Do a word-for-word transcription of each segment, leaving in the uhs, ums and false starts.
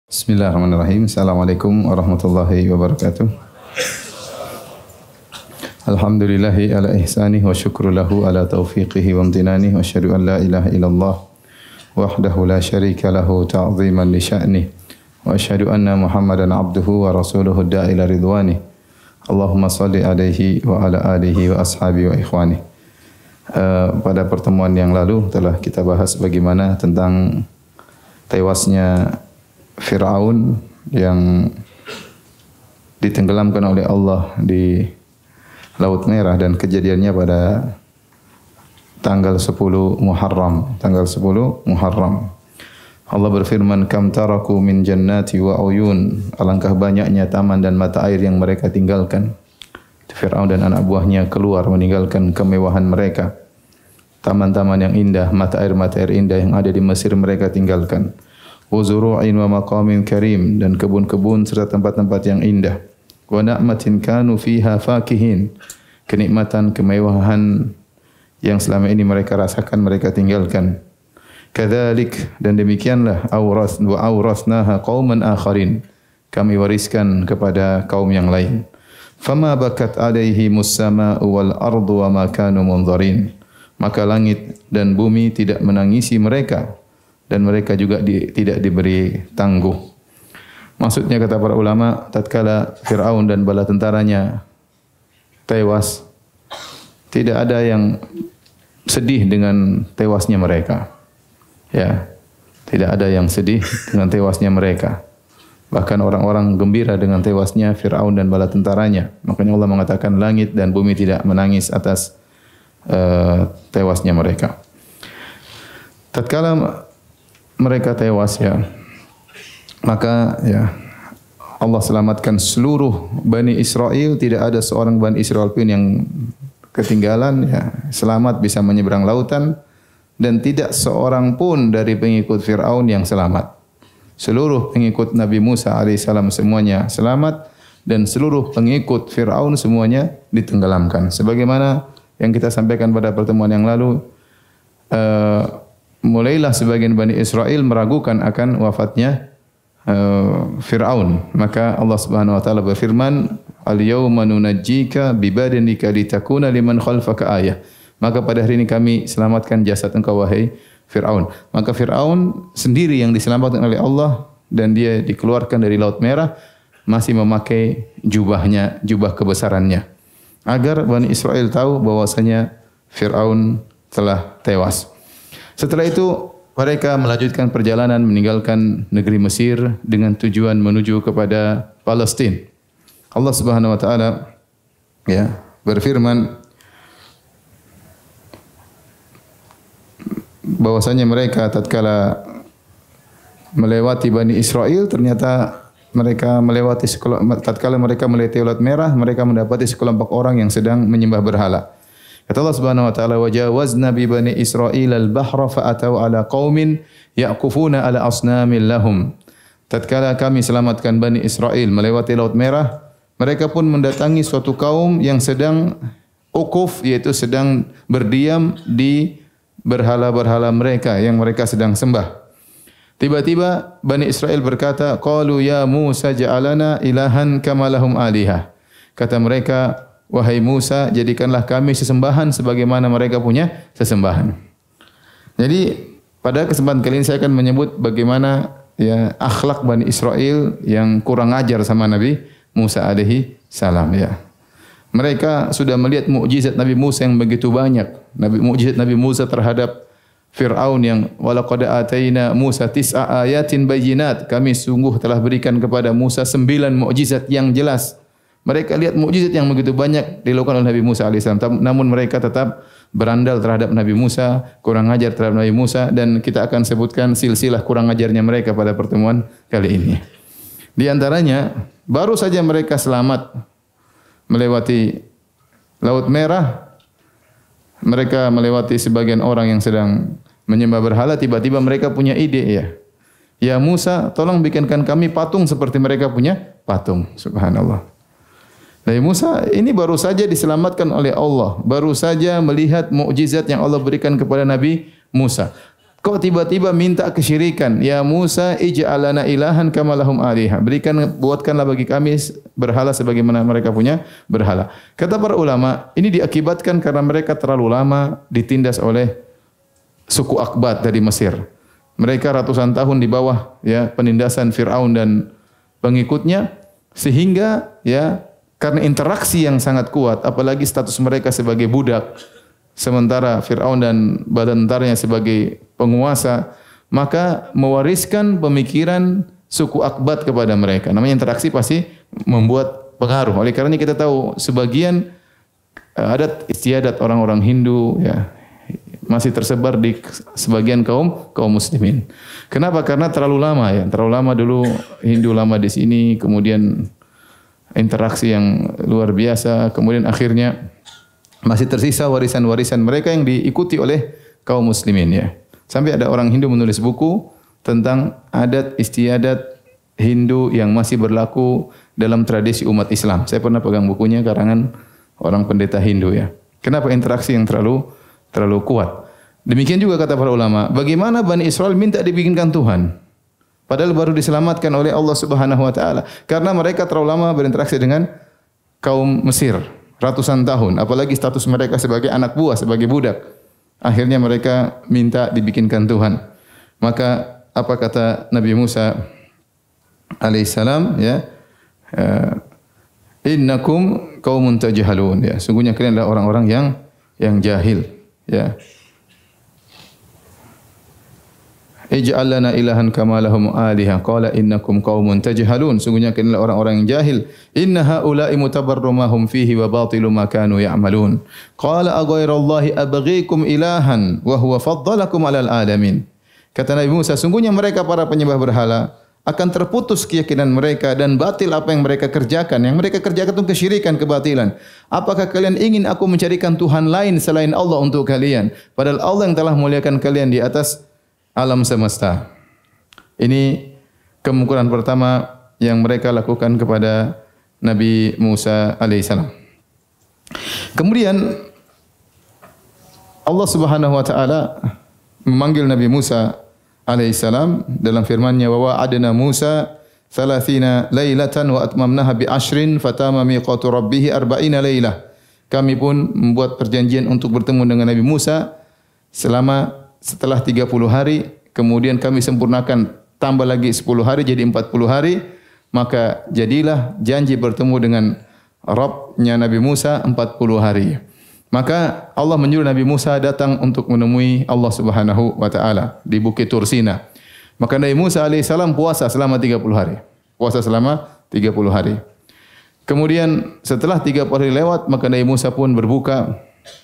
Bismillahirrahmanirrahim. Assalamualaikum warahmatullahi wabarakatuh. Alhamdulillahi ala ihsanih wa syukru lahu ala taufiqihi wa amtinani wa asyhadu an la ilaha illallah wahdahu la syarika lahu ta'ziman li sya'nih wa asyhadu anna Muhammadan abduhu wa rasuluhu da'ila ridwanih. Allahumma salli alaihi wa ala alihi wa ashabi wa ikhwani. Uh, pada pertemuan yang lalu telah kita bahas bagaimana tentang tewasnya Fir'aun yang ditenggelamkan oleh Allah di Laut Merah dan kejadiannya pada tanggal sepuluh Muharram, tanggal sepuluh Muharram. Allah berfirman, "Kam taraku min jannati wa uyun." Alangkah banyaknya taman dan mata air yang mereka tinggalkan. Fir'aun dan anak buahnya keluar meninggalkan kemewahan mereka. Taman-taman yang indah, mata air-mata air indah yang ada di Mesir mereka tinggalkan. Wa zuru'in wa maqamin karim, dan kebun-kebun serta tempat-tempat yang indah. Wa na'matin kanu fiha fakihin, kenikmatan kemewahan yang selama ini mereka rasakan mereka tinggalkan. Kadzalik, dan demikianlah awras wa awrasnaha qauman akharin, kami wariskan kepada kaum yang lain. Fama bakat alaihi musama'u wal ardu wa ma kanu munzarin, maka langit dan bumi tidak menangisi mereka dan mereka juga di, tidak diberi tangguh. Maksudnya kata para ulama, tatkala Fir'aun dan bala tentaranya tewas, tidak ada yang sedih dengan tewasnya mereka. Ya, tidak ada yang sedih dengan tewasnya mereka. Bahkan orang-orang gembira dengan tewasnya Fir'aun dan bala tentaranya. Makanya Allah mengatakan langit dan bumi tidak menangis atas uh, tewasnya mereka. Tatkala mereka tewas, ya, maka ya Allah selamatkan seluruh Bani Israel. Tidak ada seorang Bani Israel pun yang ketinggalan, ya, selamat bisa menyeberang lautan, dan tidak seorang pun dari pengikut Fir'aun yang selamat. Seluruh pengikut Nabi Musa alaihissalam semuanya selamat, dan seluruh pengikut Fir'aun semuanya ditenggelamkan. Sebagaimana yang kita sampaikan pada pertemuan yang lalu, uh, mulailah sebagian Bani Israel meragukan akan wafatnya uh, Fir'aun. Maka Allah Subhanahu wa taala berfirman, "Al-yauma nunajjika bi badanika litakuna liman khalfaka ayah." Maka pada hari ini kami selamatkan jasad engkau wahai Fir'aun. Maka Fir'aun sendiri yang diselamatkan oleh Allah dan dia dikeluarkan dari Laut Merah masih memakai jubahnya, jubah kebesarannya, agar Bani Israel tahu bahwasanya Fir'aun telah tewas. Setelah itu mereka melanjutkan perjalanan meninggalkan negeri Mesir dengan tujuan menuju kepada Palestina. Allah Subhanahu wa taala ya berfirman bahwasanya mereka tatkala melewati Bani Israel, ternyata mereka melewati tatkala mereka melewati Laut Merah, mereka mendapati sekelompok orang yang sedang menyembah berhala. Kata Allah Subhanahu wa taala, "Wa jawazna bi bani Israil al-bahra fa atau ala qaumin yaqufuna ala asnamin lahum." Tatkala kami selamatkan Bani Israel melewati Laut Merah, mereka pun mendatangi suatu kaum yang sedang ukuf, yaitu sedang berdiam di berhala-berhala mereka yang mereka sedang sembah. Tiba-tiba Bani Israel berkata, "Qalu ya Musa ja'alana ilahan kama lahum alihah." Kata mereka, "Wahai Musa, jadikanlah kami sesembahan sebagaimana mereka punya sesembahan." Jadi pada kesempatan kali ini saya akan menyebut bagaimana ya akhlak Bani Israel yang kurang ajar sama Nabi Musa alaihi salam, ya. Mereka sudah melihat mukjizat Nabi Musa yang begitu banyak. Nabi mukjizat Nabi Musa terhadap Fir'aun yang walaqad ataina Musa tis'a ayatin bayyinat. Kami sungguh telah berikan kepada Musa sembilan mukjizat yang jelas. Mereka lihat mukjizat yang begitu banyak dilakukan oleh Nabi Musa alaihissalam, namun mereka tetap berandal terhadap Nabi Musa, kurang ajar terhadap Nabi Musa, dan kita akan sebutkan silsilah kurang ajarnya mereka pada pertemuan kali ini. Di antaranya, baru saja mereka selamat melewati Laut Merah, mereka melewati sebagian orang yang sedang menyembah berhala, tiba-tiba mereka punya ide, ya. Ya Musa, tolong bikinkan kami patung seperti mereka punya patung. Subhanallah. Nabi Musa ini baru saja diselamatkan oleh Allah, baru saja melihat mukjizat yang Allah berikan kepada Nabi Musa. Kok tiba-tiba minta kesyirikan? Ya Musa, ij'al lana ilahan kama lahum alihah. Berikan, buatkanlah bagi kami berhala sebagaimana mereka punya berhala. Kata para ulama, ini diakibatkan karena mereka terlalu lama ditindas oleh suku Akbat dari Mesir. Mereka ratusan tahun di bawah ya penindasan Firaun dan pengikutnya, sehingga ya karena interaksi yang sangat kuat, apalagi status mereka sebagai budak, sementara Firaun dan bala tentaranya sebagai penguasa, maka mewariskan pemikiran suku Akbat kepada mereka. Namanya interaksi pasti membuat pengaruh. Oleh karena kita tahu sebagian adat istiadat orang-orang Hindu ya masih tersebar di sebagian kaum kaum muslimin. Kenapa? Karena terlalu lama ya. Terlalu lama dulu Hindu lama di sini, kemudian interaksi yang luar biasa, kemudian akhirnya masih tersisa warisan-warisan mereka yang diikuti oleh kaum muslimin ya. Sampai ada orang Hindu menulis buku tentang adat istiadat Hindu yang masih berlaku dalam tradisi umat Islam. Saya pernah pegang bukunya karangan orang pendeta Hindu ya. Kenapa? Interaksi yang terlalu terlalu kuat. Demikian juga kata para ulama, bagaimana Bani Israel minta dibikinkan Tuhan? Padahal baru diselamatkan oleh Allah Subhanahu wa taala karena mereka terlalu lama berinteraksi dengan kaum Mesir ratusan tahun, apalagi status mereka sebagai anak buah, sebagai budak. Akhirnya mereka minta dibikinkan Tuhan. Maka apa kata Nabi Musa alaihissalam ya? Innakum qaumun tajhalun ya. Sungguhnya kalian adalah orang-orang yang yang jahil ya. Ij'al lana ilahan kama lahum alihah. Qala innakum qaumun tajhalun. Sungguhnya kalian adalah orang-orang yang jahil. Inna haula'i mutabarru ma hum fihi wa batilu ma kanu ya'malun. Qala aghairallahi abghikum ilahan wa huwa faddalakum 'alal alamin. Kata Nabi Musa, sungguhnya mereka para penyembah berhala akan terputus keyakinan mereka dan batil apa yang mereka kerjakan. Yang mereka kerjakan itu kesyirikan, kebatilan. Apakah kalian ingin aku mencarikan Tuhan lain selain Allah untuk kalian? Padahal Allah yang telah memuliakan kalian di atas alam semesta. Ini kemungkinan pertama yang mereka lakukan kepada Nabi Musa alaihissalam. Kemudian Allah Subhanahu wa taala memanggil Nabi Musa alaihissalam dalam firman-Nya, wa wa'adna Musa thalathina lailatan wa atmamnaha bi ashrin fatama miqatu rabbih arba'ina lailah. Kami pun membuat perjanjian untuk bertemu dengan Nabi Musa selama setelah tiga puluh hari, kemudian kami sempurnakan tambah lagi sepuluh hari jadi empat puluh hari, maka jadilah janji bertemu dengan Rabb-Nya Nabi Musa empat puluh hari. Maka Allah menyuruh Nabi Musa datang untuk menemui Allah Subhanahu wa taala di Bukit Tursina. Maka Nabi Musa alaihissalam puasa selama tiga puluh hari. Puasa selama tiga puluh hari. Kemudian setelah tiga puluh hari lewat, maka Nabi Musa pun berbuka.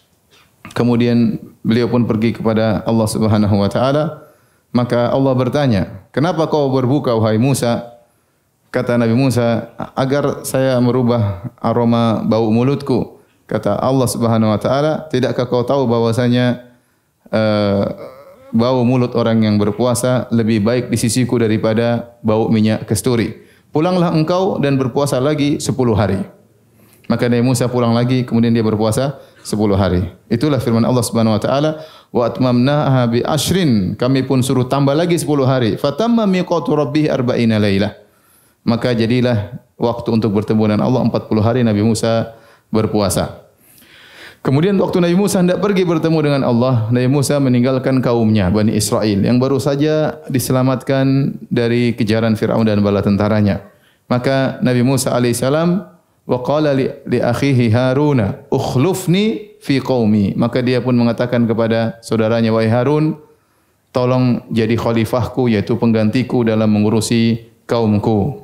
Kemudian beliau pun pergi kepada Allah Subhanahu wa taala. Maka Allah bertanya, "Kenapa kau berbuka wahai Musa?" Kata Nabi Musa, "Agar saya merubah aroma bau mulutku." Kata Allah Subhanahu wa taala, "Tidakkah kau tahu bahwasanya uh, bau mulut orang yang berpuasa lebih baik di sisiku daripada bau minyak kasturi? Pulanglah engkau dan berpuasa lagi sepuluh hari." Maka Nabi Musa pulang lagi, kemudian dia berpuasa sepuluh hari. Itulah firman Allah Subhanahu wa taala, "Wa atmamnaha bi ashrin." Kami pun suruh tambah lagi sepuluh hari. Fatamma miqatu rabbih arba'ina lailah. Maka jadilah waktu untuk bertemu dengan Allah empat puluh hari Nabi Musa berpuasa. Kemudian waktu Nabi Musa hendak pergi bertemu dengan Allah, Nabi Musa meninggalkan kaumnya Bani Israel yang baru saja diselamatkan dari kejaran Firaun dan bala tentaranya. Maka Nabi Musa alaihissalam wa qala li, li akhihi Haruna ukhlufni fi qaumi. Maka dia pun mengatakan kepada saudaranya, wahai Harun, tolong jadi khalifahku, yaitu penggantiku dalam mengurusi kaumku.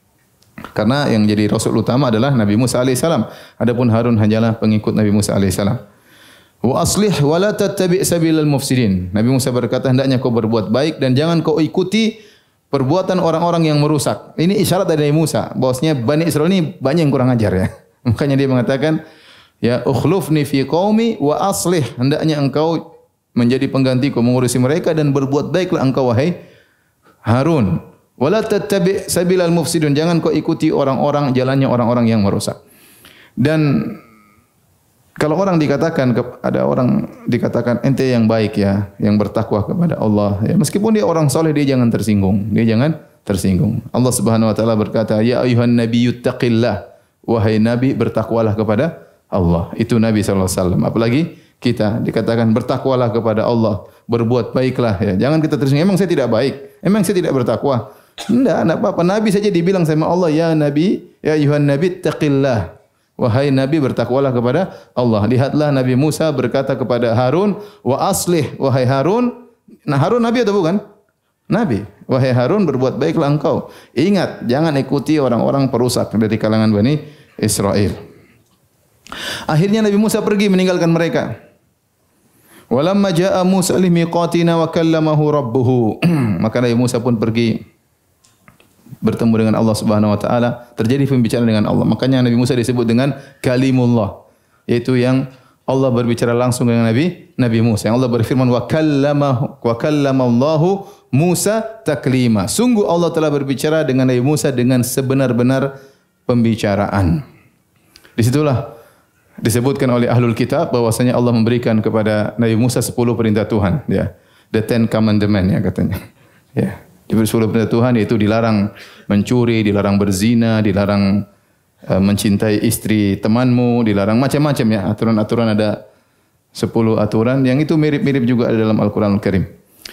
Karena yang jadi rasul utama adalah Nabi Musa alaihissalam. Adapun Harun hanyalah pengikut Nabi Musa alaihissalam. Wa aslih wa la tattabi' sabilal mufsidin. Nabi Musa berkata, hendaknya kau berbuat baik dan jangan kau ikuti perbuatan orang-orang yang merusak. Ini isyarat dari Nabi Musa bahwasanya Bani Israel ini banyak yang kurang ajar ya. Makanya dia mengatakan, ya ukhlufni fi qaumi wa aslih. Hendaknya engkau menjadi penggantiku mengurusi mereka dan berbuat baiklah engkau wahai Harun. Wala tattabi' sabilal mufsidun. Jangan kau ikuti orang-orang jalannya orang-orang yang merusak. Dan Kalau orang dikatakan ada orang dikatakan ente yang baik ya, yang bertakwa kepada Allah ya, meskipun dia orang soleh dia jangan tersinggung, dia jangan tersinggung. Allah Subhanahu wa taala berkata, "Ya ayuhan nabiyyu taqillah." Wahai nabi bertakwalah kepada Allah. Itu Nabi sallallahu alaihi wasallam. Apalagi kita dikatakan bertakwalah kepada Allah, berbuat baiklah ya. Jangan kita tersinggung, emang saya tidak baik, emang saya tidak bertakwa. Enggak, enggak apa-apa. Nabi saja dibilang sama Allah, "Ya nabi, ya ayuhan nabi taqillah." Wahai Nabi bertakwalah kepada Allah. Lihatlah Nabi Musa berkata kepada Harun, wa aslih, wahai Harun. Nah Harun Nabi atau bukan? Nabi. Wahai Harun berbuat baiklah engkau. Ingat, jangan ikuti orang-orang perusak dari kalangan Bani Israel. Akhirnya Nabi Musa pergi meninggalkan mereka. Walamma jaa Musa limiqatina wa kallamahu rabbuhu. Maka Nabi Musa pun pergi bertemu dengan Allah Subhanahu wa taala, terjadi pembicaraan dengan Allah. Makanya Nabi Musa disebut dengan kalimullah, yaitu yang Allah berbicara langsung dengan Nabi Nabi Musa. Yang Allah berfirman wa kallamahu wa kallamallahu Musa taklima. Sungguh Allah telah berbicara dengan Nabi Musa dengan sebenar-benar pembicaraan. Disitulah disebutkan oleh ahlul kitab bahwasanya Allah memberikan kepada Nabi Musa sepuluh perintah Tuhan, ya. The Ten Commandments ya katanya. Ya. Diberi sepuluh perintah Tuhan, yaitu dilarang mencuri, dilarang berzina, dilarang uh, mencintai istri temanmu, dilarang macam-macam ya. Aturan-aturan ada sepuluh aturan yang itu mirip-mirip juga ada dalam Al-Qur'anul Karim.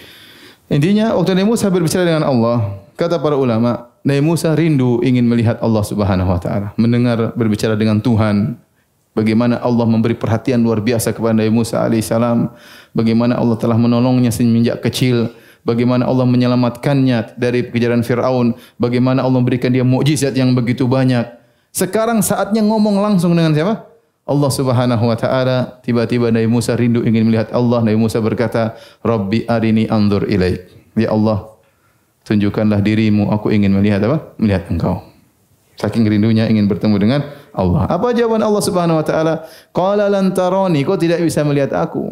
Intinya waktu Nabi Musa berbicara dengan Allah, kata para ulama, Nabi Musa rindu ingin melihat Allah Subhanahu wa taala, mendengar berbicara dengan Tuhan. Bagaimana Allah memberi perhatian luar biasa kepada Nabi Musa alaihissalam, bagaimana Allah telah menolongnya semenjak kecil, bagaimana Allah menyelamatkannya dari kejaran Firaun, bagaimana Allah memberikan dia mukjizat yang begitu banyak. Sekarang saatnya ngomong langsung dengan siapa? Allah Subhanahu wa taala. Tiba-tiba Nabi Musa rindu ingin melihat Allah. Nabi Musa berkata, "Rabbi arini anzur ilaik." Ya Allah, tunjukkanlah dirimu, aku ingin melihat apa? Melihat engkau. Saking rindunya ingin bertemu dengan Allah. Apa jawaban Allah Subhanahu wa taala? Qala lan tarani, kau tidak bisa melihat aku.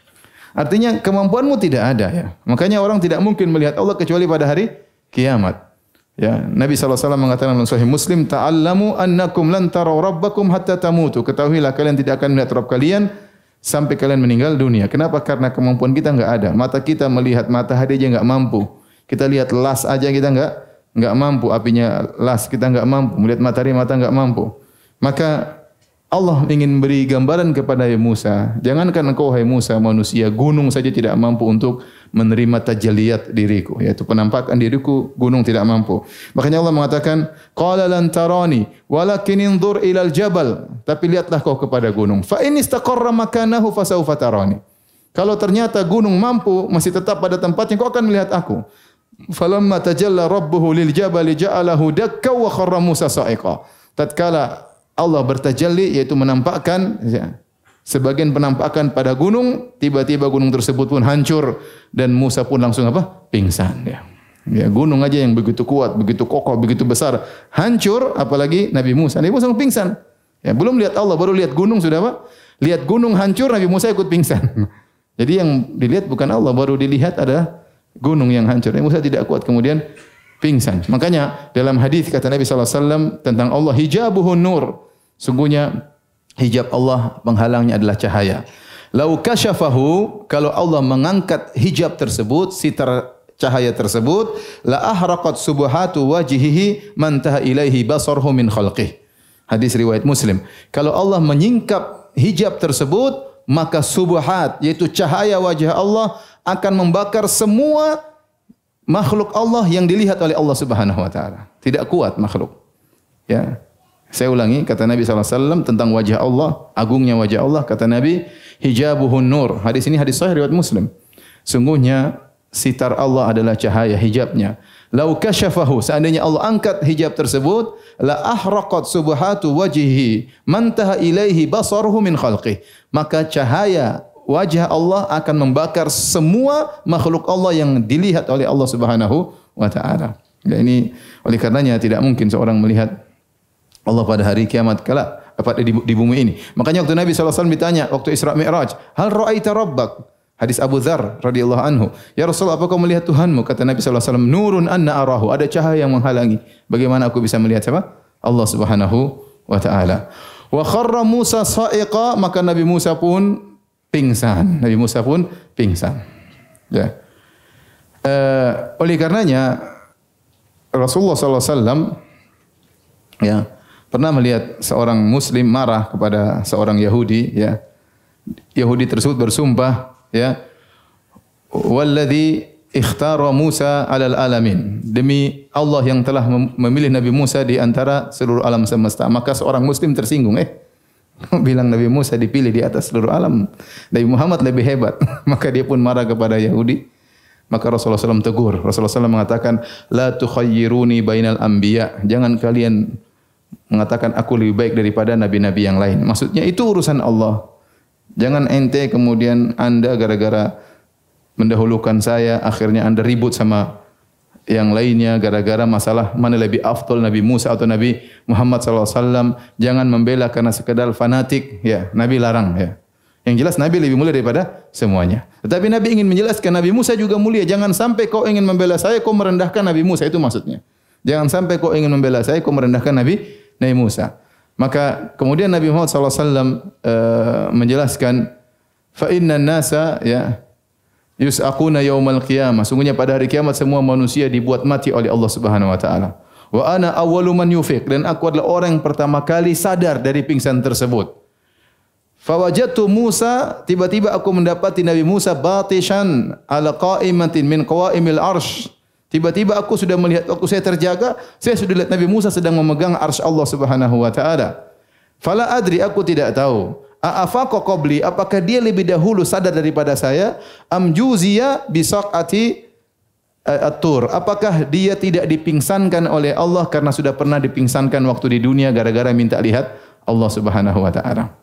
Artinya kemampuanmu tidak ada ya. Makanya orang tidak mungkin melihat Allah kecuali pada hari kiamat. Ya, Nabi sallallahu alaihi wasallam mengatakan dalam Sahih Muslim, "Ta'allamu annakum lan taraw rabbakum hatta tamutu." Ketahuilah kalian tidak akan melihat Rabb kalian sampai kalian meninggal dunia. Kenapa? Karena kemampuan kita enggak ada. Mata kita melihat matahari aja enggak mampu. Kita lihat las aja kita enggak enggak mampu, apinya las kita enggak mampu. Melihat matahari mata enggak mampu. Maka Allah ingin beri gambaran kepada Musa. Jangankan engkau hai Musa manusia, gunung saja tidak mampu untuk menerima tajalliyat diriku, yaitu penampakan diriku, gunung tidak mampu. Makanya Allah mengatakan, "Qala lan tarani, walakin inzur ilal jabal." Tapi lihatlah kau kepada gunung. Fa in istaqarra makanahu fasawfa tarani. Kalau ternyata gunung mampu masih tetap pada tempatnya, kau akan melihat aku. Falamma tajalla rabbuhu lil jabali ja'alahu dakka wa kharra Musa sa'iqa. Tatkala Allah bertajalli, yaitu menampakkan ya, sebagian penampakan pada gunung, tiba-tiba gunung tersebut pun hancur dan Musa pun langsung apa? Pingsan ya. Ya, gunung aja yang begitu kuat, begitu kokoh, begitu besar, hancur, apalagi Nabi Musa. Nabi Musa langsung pingsan. Ya, belum lihat Allah, baru lihat gunung sudah apa? Lihat gunung hancur, Nabi Musa ikut pingsan. Jadi yang dilihat bukan Allah, baru dilihat ada gunung yang hancur. Nabi Musa tidak kuat kemudian pingsan. Makanya dalam hadis kata Nabi sallallahu alaihi wasallam tentang Allah, hijabuhun nur. Sungguhnya hijab Allah penghalangnya adalah cahaya. Lau kasyafahu, kalau Allah mengangkat hijab tersebut, sitar cahaya tersebut, la ahraqat subuhatu wajhihi man taha ilaihi basarhu min khalqih. Hadis riwayat Muslim. Kalau Allah menyingkap hijab tersebut, maka subuhat, yaitu cahaya wajah Allah akan membakar semua makhluk Allah yang dilihat oleh Allah Subhanahu wa taala. Tidak kuat makhluk. Ya. Saya ulangi kata Nabi sallallahu alaihi wasallam tentang wajah Allah, agungnya wajah Allah, kata Nabi, hijabuhun nur. Hadis ini hadis sahih riwayat Muslim. Sungguhnya sitar Allah adalah cahaya, hijabnya. Lau kasyafahu, seandainya Allah angkat hijab tersebut, la ahraqat subuhatu wajhihi man taha ilaihi basaruhu min khalqih. Maka cahaya wajah Allah akan membakar semua makhluk Allah yang dilihat oleh Allah Subhanahu wa taala. Ya, ini oleh karenanya tidak mungkin seorang melihat Allah pada hari kiamat kala apa di, di bumi ini. Makanya waktu Nabi sallallahu alaihi wasallam ditanya waktu Isra Mi'raj, "Hal ra'aita rabbak?" Hadis Abu Dzar radhiyallahu anhu. "Ya Rasulullah, apakah kau melihat Tuhanmu?" Kata Nabi sallallahu alaihi wasallam, "Nurun anna arahu." Ada cahaya yang menghalangi. Bagaimana aku bisa melihat siapa? Allah Subhanahu wa taala. Wa kharra Musa sa'iqa, maka Nabi Musa pun pingsan. Nabi Musa pun pingsan. Ya. Uh, oleh karenanya Rasulullah sallallahu alaihi wasallam ya pernah melihat seorang muslim marah kepada seorang Yahudi, ya. Yahudi tersebut bersumpah, ya, walladzi ikhtara Musa 'alal alamin, demi Allah yang telah memilih Nabi Musa di antara seluruh alam semesta. Maka seorang muslim tersinggung, eh bilang Nabi Musa dipilih di atas seluruh alam, Nabi Muhammad lebih hebat. Maka dia pun marah kepada Yahudi. Maka Rasulullah sallallahu alaihi wasallam tegur. Rasulullah sallallahu alaihi wasallam mengatakan, la tukhayyiruni bainal anbiya, jangan kalian mengatakan aku lebih baik daripada nabi-nabi yang lain. Maksudnya itu urusan Allah. Jangan ente kemudian anda gara-gara mendahulukan saya, akhirnya anda ribut sama yang lainnya gara-gara masalah mana lebih afdal, Nabi Musa atau Nabi Muhammad sallallahu alaihi wasallam. Jangan membela karena sekedar fanatik, ya. Nabi larang, ya. Yang jelas Nabi lebih mulia daripada semuanya. Tetapi Nabi ingin menjelaskan Nabi Musa juga mulia. Jangan sampai kau ingin membela saya, kau merendahkan Nabi Musa, itu maksudnya. Jangan sampai kau ingin membela saya, kau merendahkan Nabi Nabi Musa. Maka kemudian Nabi Muhammad sallallahu alaihi wasallam uh, menjelaskan, fa inna nasa, ya, yus'aquna yaumal qiyamah. Sungguhnya pada hari kiamat semua manusia dibuat mati oleh Allah Subhanahu wa taala. Wa ana awwalu man yufiq, dan aku adalah orang yang pertama kali sadar dari pingsan tersebut. Fawajadtu Musa, tiba-tiba aku mendapati Nabi Musa batishan ala qa'imatin min qawaimil arsh. Tiba-tiba aku sudah melihat, waktu saya terjaga, saya sudah lihat Nabi Musa sedang memegang arsy Allah Subhanahu wa taala. Fala adri, aku tidak tahu. A'afaqa qabli, apakah dia lebih dahulu sadar daripada saya? Am juziya bisaqati at-tur, apakah dia tidak dipingsankan oleh Allah karena sudah pernah dipingsankan waktu di dunia gara-gara minta lihat Allah Subhanahu wa taala.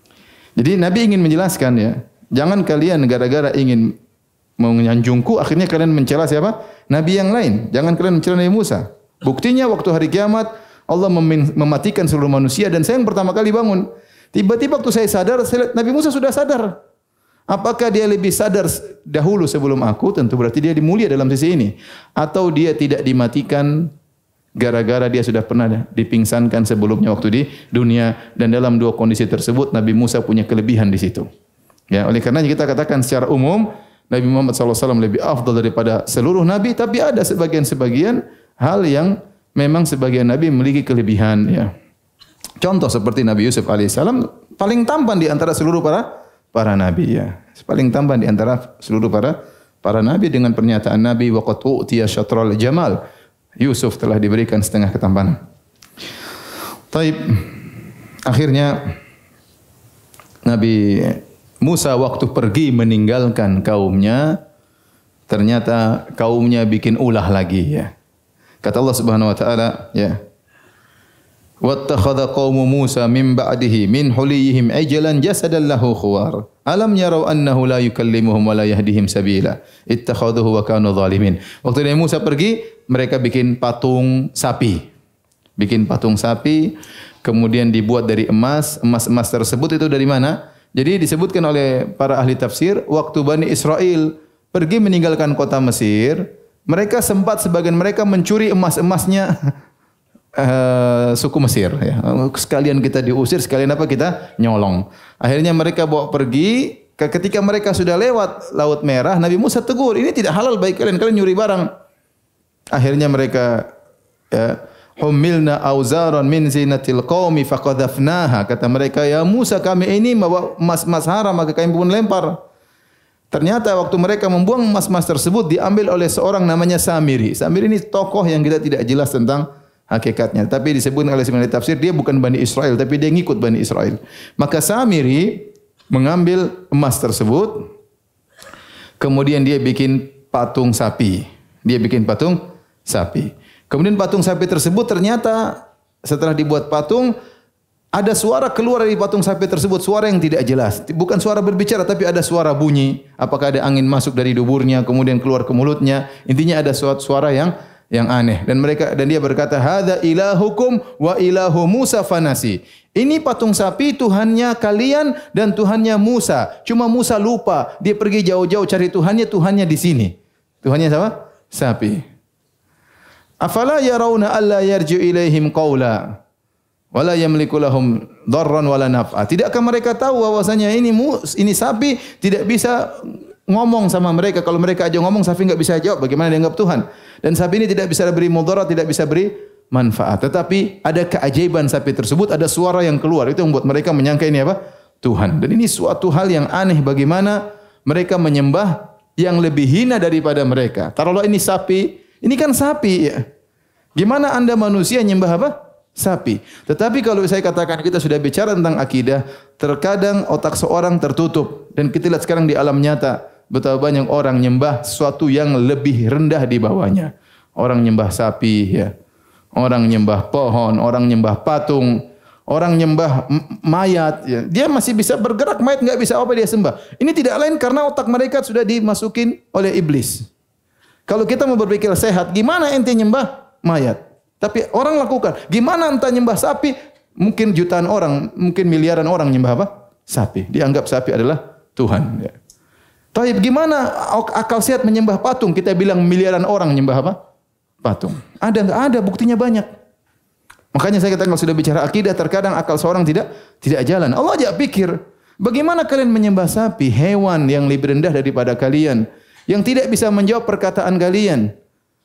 Jadi Nabi ingin menjelaskan, ya, jangan kalian gara-gara ingin menyanjungku akhirnya kalian mencela siapa? Nabi yang lain. Jangan kalian mencela Nabi Musa. Buktinya waktu hari kiamat Allah mem mematikan seluruh manusia dan saya yang pertama kali bangun. Tiba-tiba waktu saya sadar, saya lihat Nabi Musa sudah sadar. Apakah dia lebih sadar dahulu sebelum aku? Tentu berarti dia dimulia dalam sisi ini. Atau dia tidak dimatikan gara-gara dia sudah pernah dipingsankan sebelumnya waktu di dunia, dan dalam dua kondisi tersebut Nabi Musa punya kelebihan di situ. Ya, oleh karena kita katakan secara umum Nabi Muhammad sallallahu alaihi wasallam lebih afdal daripada seluruh nabi, tapi ada sebagian-sebagian hal yang memang sebagian nabi memiliki kelebihan, ya. Contoh seperti Nabi Yusuf alaihissalam paling tampan di antara seluruh para para nabi, ya. Paling tampan di antara seluruh para para nabi dengan pernyataan Nabi waqad u'tiya syatral jamal. Yusuf telah diberikan setengah ketampanan. Taib. Akhirnya Nabi Musa waktu pergi meninggalkan kaumnya, ternyata kaumnya bikin ulah lagi, ya. Kata Allah Subhanahu wa taala, ya. Wattakhadha qaumu Musa min ba'dihi min huliyihim ajlan jasadan lahu khuwar. Alam yarau annahu la yukallimuhum wa la yahdihim sabila. Ittakhadhuhu wa kanu zalimin. Waktu Nabi Musa pergi, mereka bikin patung sapi. Bikin patung sapi, kemudian dibuat dari emas. Emas-emas tersebut itu dari mana? Jadi disebutkan oleh para ahli tafsir, waktu Bani Israel pergi meninggalkan kota Mesir, mereka sempat sebagian mereka mencuri emas-emasnya Uh, suku Mesir, ya. Sekalian kita diusir, sekalian apa kita nyolong. Akhirnya mereka bawa pergi. Ketika mereka sudah lewat Laut Merah, Nabi Musa tegur, ini tidak halal bagi kalian, kalian nyuri barang. Akhirnya mereka, ya, humilna auzaran min zinatil qaumi faqadhafnaha. Kata mereka, ya Musa, kami ini membawa emas-emas haram, maka kami pun lempar. Ternyata waktu mereka membuang emas-emas tersebut diambil oleh seorang namanya Samiri. Samiri ini tokoh yang kita tidak jelas tentang hakikatnya, tapi disebut oleh sebagian tafsir dia bukan Bani Israel, tapi dia ngikut Bani Israel. Maka Samiri mengambil emas tersebut, kemudian dia bikin patung sapi. Dia bikin patung sapi. Kemudian patung sapi tersebut ternyata setelah dibuat patung, ada suara keluar dari patung sapi tersebut, suara yang tidak jelas. Bukan suara berbicara, tapi ada suara bunyi. Apakah ada angin masuk dari duburnya, kemudian keluar ke mulutnya. Intinya ada suatu suara yang yang aneh, dan mereka dan dia berkata, hadza ilahukum wa ilahu Musa fanasi. Ini patung sapi Tuhannya kalian dan Tuhannya Musa. Cuma Musa lupa, dia pergi jauh-jauh cari Tuhannya, Tuhannya di sini. Tuhannya siapa? Sapi. Afala yarawna alla yarji'u ilaihim qawla wala yamliku lahum dharran wala naf'a. Tidakkah mereka tahu bahwasanya ini ini sapi tidak bisa ngomong sama mereka? Kalau mereka aja ngomong, sapi enggak bisa jawab. Bagaimana dianggap Tuhan? Dan sapi ini tidak bisa beri mudarat, tidak bisa beri manfaat. Tetapi ada keajaiban sapi tersebut, ada suara yang keluar. Itu yang membuat mereka menyangka ini apa? Tuhan. Dan ini suatu hal yang aneh bagaimana mereka menyembah yang lebih hina daripada mereka. Taruhlah ini sapi, ini kan sapi ya. Gimana Anda manusia nyembah apa? Sapi. Tetapi kalau saya katakan kita sudah bicara tentang akidah, terkadang otak seorang tertutup. Dan kita lihat sekarang di alam nyata, betapa banyak orang nyembah sesuatu yang lebih rendah di bawahnya. Orang nyembah sapi, ya. Orang nyembah pohon, orang nyembah patung, orang nyembah mayat. Ya. Dia masih bisa bergerak, mayat nggak bisa apa dia sembah. Ini tidak lain karena otak mereka sudah dimasukin oleh iblis. Kalau kita mau berpikir sehat, gimana ente nyembah mayat? Tapi orang lakukan. Gimana entah nyembah sapi? Mungkin jutaan orang, mungkin miliaran orang nyembah apa? Sapi. Dianggap sapi adalah Tuhan. Ya. Tapi gimana akal sehat menyembah patung? Kita bilang miliaran orang nyembah apa? Patung. Ada nggak ada? Buktinya banyak. Makanya saya katakan kalau sudah bicara akidah, terkadang akal seorang tidak tidak jalan. Allah ajak pikir, bagaimana kalian menyembah sapi, hewan yang lebih rendah daripada kalian, yang tidak bisa menjawab perkataan kalian.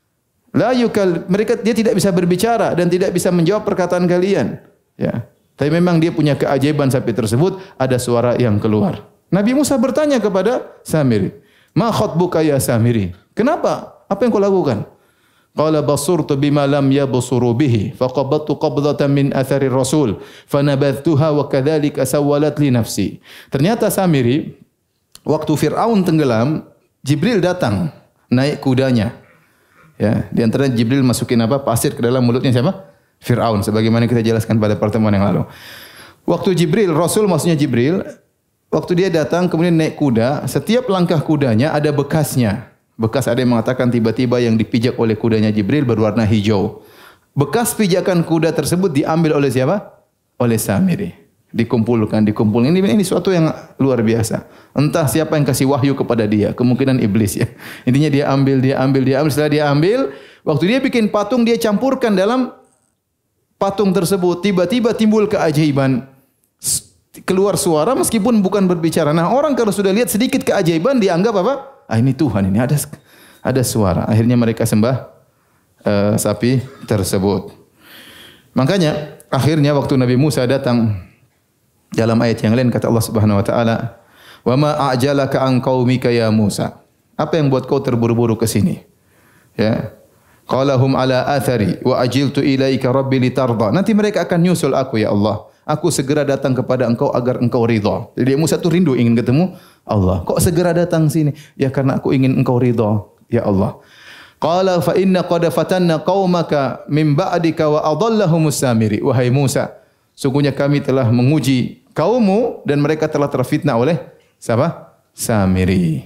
La yukal, mereka dia tidak bisa berbicara dan tidak bisa menjawab perkataan kalian. Ya. Tapi memang dia punya keajaiban sapi tersebut, ada suara yang keluar. Nabi Musa bertanya kepada Samiri, "Ma khatbuka ya Samiri?" Kenapa? Apa yang kau lakukan? Qala basurtu bima lam yabsuru bihi, faqabattu qabdatan min athari rasul, fanabadhtuha wa kadzalika sawwalat li nafsi. Ternyata Samiri waktu Firaun tenggelam, Jibril datang naik kudanya. Ya, di antara Jibril masukin apa? Pasir ke dalam mulutnya siapa? Firaun, sebagaimana kita jelaskan pada pertemuan yang lalu. Waktu Jibril, Rasul maksudnya Jibril, waktu dia datang kemudian naik kuda, setiap langkah kudanya ada bekasnya. Bekas ada yang mengatakan tiba-tiba yang dipijak oleh kudanya Jibril berwarna hijau. Bekas pijakan kuda tersebut diambil oleh siapa? Oleh Samiri. Dikumpulkan, dikumpulkan. Ini ini suatu yang luar biasa. Entah siapa yang kasih wahyu kepada dia, kemungkinan iblis ya. Intinya dia ambil, dia ambil, dia ambil. Setelah dia ambil, waktu dia bikin patung, dia campurkan dalam patung tersebut. Tiba-tiba timbul keajaiban. Keluar suara meskipun bukan berbicara. Nah, orang kalau sudah lihat sedikit keajaiban, dianggap apa? Ah, ini Tuhan, ini ada ada suara. Akhirnya mereka sembah uh, sapi tersebut. Makanya akhirnya waktu Nabi Musa datang, dalam ayat yang lain kata Allah Subhanahu wa taala, "Wa ma a'jalaka an qaumika ya Musa?" Apa yang buat kau terburu-buru ke sini? Ya. Qala hum ala athari wa ajiltu ilaika rabbi litarda. Nanti mereka akan nyusul aku ya Allah. Aku segera datang kepada engkau agar engkau ridha. Jadi Musa tu rindu ingin ketemu Allah. Kok segera datang sini? Ya karena aku ingin engkau ridha ya Allah. Qala fa inna qad fatanna qaumaka min ba'dika wa adallahumus Samiri. Wahai Musa, sungguhnya kami telah menguji kaummu dan mereka telah terfitnah oleh siapa? Samiri.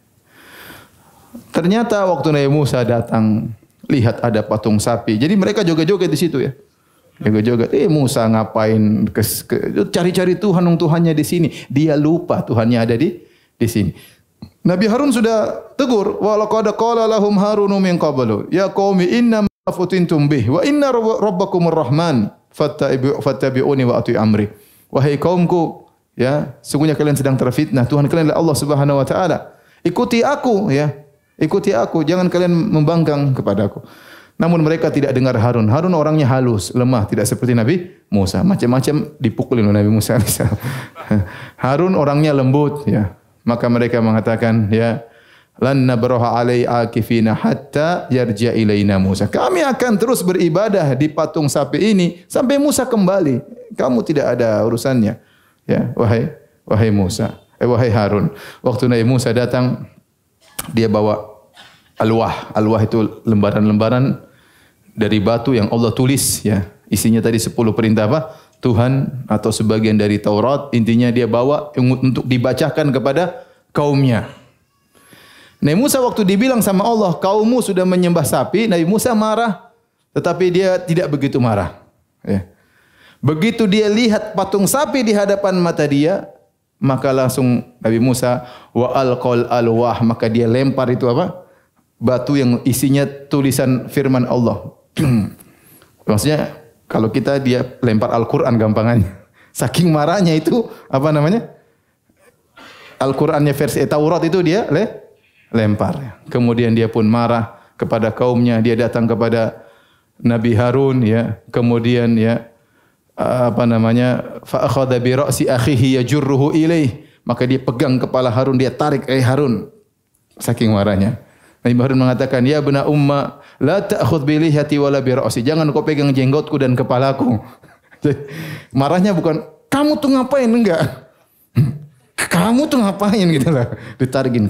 Ternyata waktu Nabi Musa datang, lihat ada patung sapi. Jadi mereka joget-joget di situ ya. Joget-joget. Eh Musa ngapain cari-cari Tuhan, Tuhannya di sini. Dia lupa Tuhannya ada di di sini. Nabi Harun sudah tegur, wa laqad qala lahum Harunu min qablu, ya qaumi inna ma futintum bih wa inna rabbakumur rahman fattabi'uni wa ati'u amri. Wahai kaumku, ya, sungguhnya kalian sedang terfitnah. Tuhan kalian adalah Allah Subhanahu wa taala. Ikuti aku, ya. Ikuti aku, jangan kalian membangkang kepadaku. Namun mereka tidak dengar Harun. Harun orangnya halus, lemah, tidak seperti Nabi Musa. Macam-macam dipukulin oleh Nabi Musa. Harun orangnya lembut, ya. Maka mereka mengatakan, ya, lan nabraha alai akifina hatta yarja ilaina Musa. Kami akan terus beribadah di patung sapi ini sampai Musa kembali. Kamu tidak ada urusannya. Ya, wahai wahai Musa, eh wahai Harun. Waktu Nabi Musa datang, dia bawa alwah. Alwah itu lembaran-lembaran dari batu yang Allah tulis, ya. Isinya tadi sepuluh perintah apa? Tuhan atau sebagian dari Taurat. Intinya dia bawa untuk dibacakan kepada kaumnya. Nabi Musa waktu dibilang sama Allah, kaummu sudah menyembah sapi, Nabi Musa marah, tetapi dia tidak begitu marah. Ya. Begitu dia lihat patung sapi di hadapan mata dia, maka langsung Nabi Musa wa alqal alwah, maka dia lempar itu apa? Batu yang isinya tulisan firman Allah. Maksudnya Kalau kita dia lempar Al-Qur'an gampangannya. Saking marahnya itu apa namanya? Al-Qur'annya versi Taurat itu dia le, lempar. Kemudian dia pun marah kepada kaumnya, dia datang kepada Nabi Harun ya. Kemudian ya apa namanya? Fa akhadha bi ra'si akhihi yajurruhu ilaih. Maka dia pegang kepala Harun, dia tarik, "Eh Harun." Saking marahnya. Nabi Harun mengatakan, "Ya bena umma, la ta'khudh bi lihiyati wala bi ra'si." Jangan kau pegang jenggotku dan kepalaku. Marahnya bukan, "Kamu tuh ngapain?" Enggak. Kamu tuh ngapain gitu lah. Ditarikin.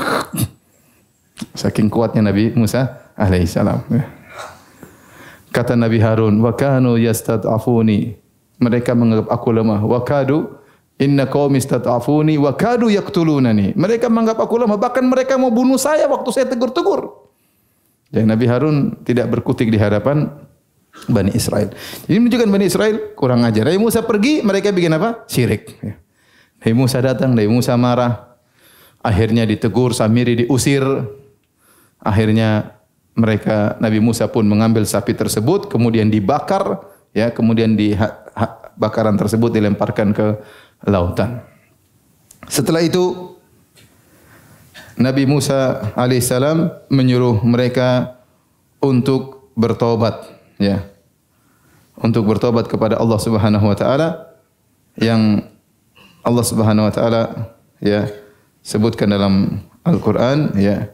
Saking kuatnya Nabi Musa alaihissalam. Kata Nabi Harun, "Wa kanu yastad'afuni." Mereka menganggap aku lemah. Wa kadu inna qaumi istad'afuni wa kadu yaqtulunani. Mereka menganggap aku lemah, bahkan mereka mau bunuh saya waktu saya tegur-tegur. Jadi Nabi Harun tidak berkutik di hadapan Bani Israel. Ini menunjukkan Bani Israel kurang ajar. Nabi Musa pergi, mereka bikin apa? Syirik. Nabi Musa datang, Nabi Musa marah. Akhirnya ditegur, Samiri diusir. Akhirnya mereka Nabi Musa pun mengambil sapi tersebut, kemudian dibakar, ya, kemudian di bakaran tersebut dilemparkan ke lautan. Setelah itu Nabi Musa alaihissalam menyuruh mereka untuk bertobat, ya. Untuk bertobat kepada Allah Subhanahu wa taala yang Allah Subhanahu wa taala ya sebutkan dalam Al-Qur'an ya.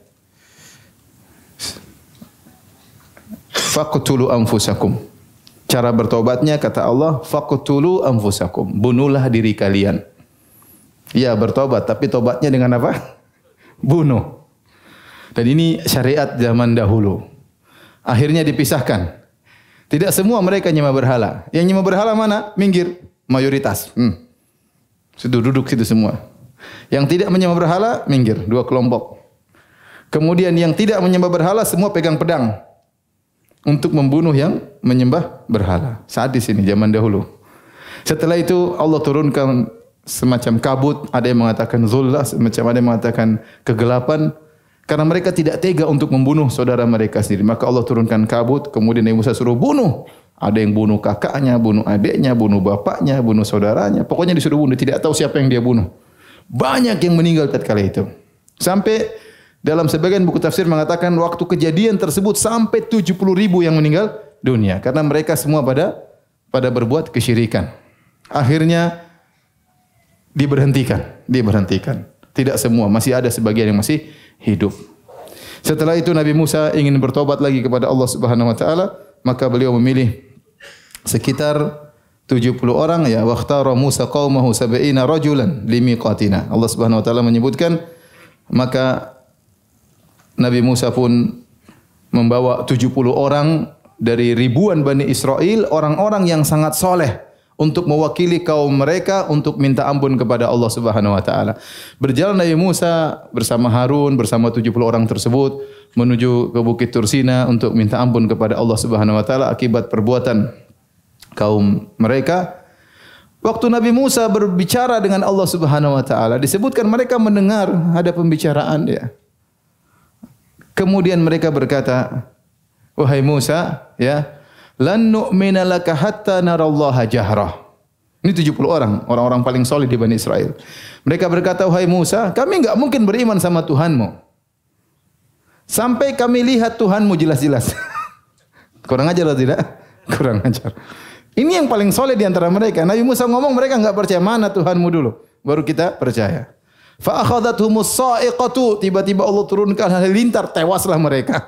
Faqtulu anfusakum. Cara bertobatnya kata Allah, faqtulu anfusakum. Bunuhlah diri kalian. Ya, bertobat, tapi tobatnya dengan apa? Bunuh. Dan ini syariat zaman dahulu. Akhirnya dipisahkan. Tidak semua mereka nyembah berhala. Yang nyembah berhala mana? Minggir. Mayoritas. Hmm. Sudah duduk situ semua. Yang tidak menyembah berhala, minggir. Dua kelompok. Kemudian yang tidak menyembah berhala, semua pegang pedang. Untuk membunuh yang menyembah berhala. Sadis ini zaman dahulu. Setelah itu Allah turunkan semacam kabut. Ada yang mengatakan zullah, semacam ada yang mengatakan kegelapan. Karena mereka tidak tega untuk membunuh saudara mereka sendiri. Maka Allah turunkan kabut. Kemudian Nabi Musa suruh bunuh. Ada yang bunuh kakaknya, bunuh adiknya, bunuh bapaknya, bunuh saudaranya. Pokoknya disuruh bunuh. Tidak tahu siapa yang dia bunuh. Banyak yang meninggal tatkala itu. Sampai dalam sebagian buku tafsir mengatakan waktu kejadian tersebut sampai tujuh puluh ribu yang meninggal dunia. Karena mereka semua pada pada berbuat kesyirikan. Akhirnya diberhentikan. Diberhentikan. Tidak semua. Masih ada sebagian yang masih hidup. Setelah itu Nabi Musa ingin bertobat lagi kepada Allah Subhanahu wa taala. Maka beliau memilih sekitar tujuh puluh orang ya, waqtara Musa qaumahu sab'ina rajulan limiqatina. Allah Subhanahu wa taala menyebutkan maka Nabi Musa pun membawa tujuh puluh orang dari ribuan Bani Israel, orang-orang yang sangat soleh untuk mewakili kaum mereka untuk minta ampun kepada Allah Subhanahu wa taala. Berjalan Nabi Musa bersama Harun bersama tujuh puluh orang tersebut menuju ke Bukit Tursina untuk minta ampun kepada Allah Subhanahu wa taala akibat perbuatan kaum mereka. Waktu Nabi Musa berbicara dengan Allah Subhanahu wa taala, disebutkan mereka mendengar ada pembicaraan dia. Kemudian mereka berkata, "Wahai Musa, ya, lan nu'mina laka hatta narallaha jahrah." Ini tujuh puluh orang, orang-orang paling soleh di Bani Israel. Mereka berkata, "Wahai Musa, kami enggak mungkin beriman sama Tuhanmu sampai kami lihat Tuhanmu jelas-jelas." Kurang ajar atau tidak? Kurang ajar. Ini yang paling soleh di antara mereka. Nabi Musa ngomong mereka enggak percaya, mana Tuhanmu dulu, baru kita percaya. Fa akhadhathumus sa'iqatu, tiba-tiba Allah turunkan halilintar, tewaslah mereka.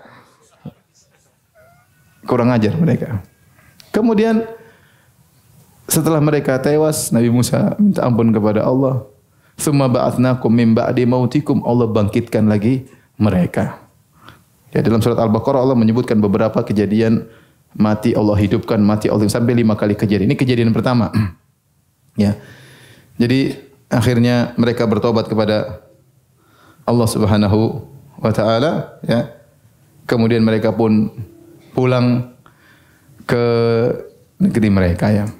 Kurang ajar mereka. Kemudian setelah mereka tewas, Nabi Musa minta ampun kepada Allah. Tsumma ba'atsnakum min ba'di mautikum, Allah bangkitkan lagi mereka. Ya, dalam surat Al-Baqarah Allah menyebutkan beberapa kejadian mati Allah hidupkan, mati Allah sampai lima kali kejadian. Ini kejadian pertama. Ya. Jadi akhirnya mereka bertobat kepada Allah Subhanahu wa taala, ya. Kemudian mereka pun pulang ke negeri mereka, ya.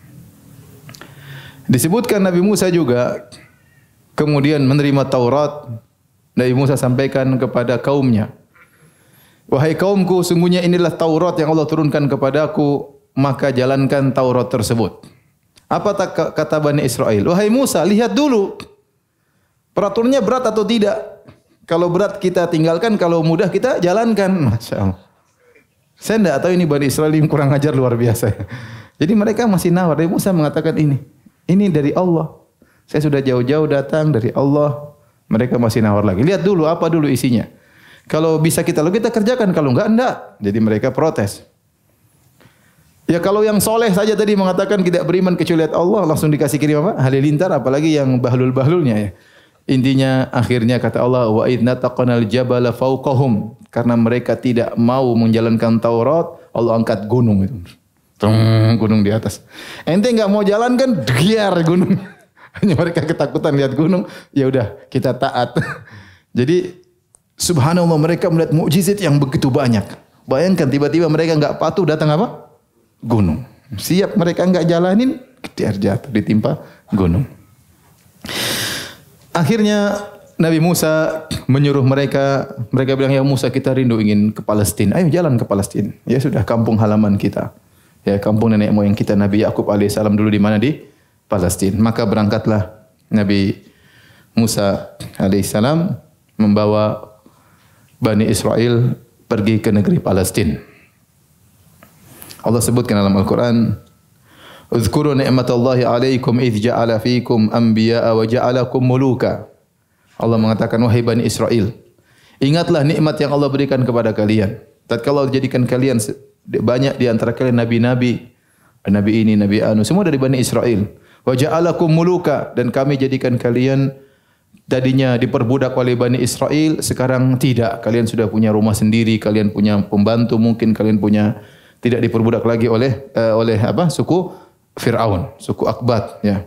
Disebutkan Nabi Musa juga kemudian menerima Taurat. Nabi Musa sampaikan kepada kaumnya, "Wahai kaumku, sungguhnya inilah Taurat yang Allah turunkan kepadaku. maka jalankan Taurat tersebut. Apa kata Bani Israel? Wahai Musa, lihat dulu peraturannya berat atau tidak. Kalau berat kita tinggalkan, kalau mudah kita jalankan. Masya Allah. Saya tidak tahu ini Bani Israel yang kurang ajar luar biasa. Jadi mereka masih nawar. Dari Musa mengatakan ini. Ini dari Allah. Saya sudah jauh-jauh datang dari Allah. Mereka masih nawar lagi. Lihat dulu apa dulu isinya. Kalau bisa kita lalu kita kerjakan. Kalau enggak, enggak. Jadi mereka protes. Ya kalau yang soleh saja tadi mengatakan tidak beriman kecuali Allah, langsung dikasih kirim apa? Halilintar, apalagi yang bahlul-bahlulnya ya. Intinya akhirnya kata Allah, wa idna taqanal jabala fawqahum, karena mereka tidak mau menjalankan Taurat, Allah angkat gunung itu. Tung, gunung di atas. Ente enggak mau jalankan, giar gunung. Hanya mereka ketakutan lihat gunung, ya udah kita taat. Jadi subhanallah, mereka melihat mukjizat yang begitu banyak. Bayangkan tiba-tiba mereka enggak patuh, datang apa? Gunung. Siap mereka enggak jalanin, ketir jatuh ditimpa gunung. Akhirnya Nabi Musa menyuruh mereka, mereka bilang, ya Musa, kita rindu ingin ke Palestina. Ayo jalan ke Palestina. Ya sudah, kampung halaman kita. Ya, kampung nenek moyang kita Nabi Yakub alaihissalam dulu di mana? Di Palestina. Maka berangkatlah Nabi Musa alaihissalam membawa Bani Israel pergi ke negeri Palestina. Allah sebutkan dalam Al-Quran, "Uzkuru ni'matallahi 'alaikum idh ja'ala fiikum anbiya'a wa ja'alakum muluka." Allah mengatakan, wahai Bani Israel, ingatlah nikmat yang Allah berikan kepada kalian. Tatkala Allah jadikan kalian banyak di antara kalian nabi-nabi, nabi ini, nabi anu, semua dari Bani Israel. Wa ja'alakum muluka, dan kami jadikan kalian tadinya diperbudak oleh Bani Israel, sekarang tidak. Kalian sudah punya rumah sendiri, kalian punya pembantu, mungkin kalian punya, tidak diperbudak lagi oleh uh, oleh apa? Suku Fir'aun, suku Akbat, ya.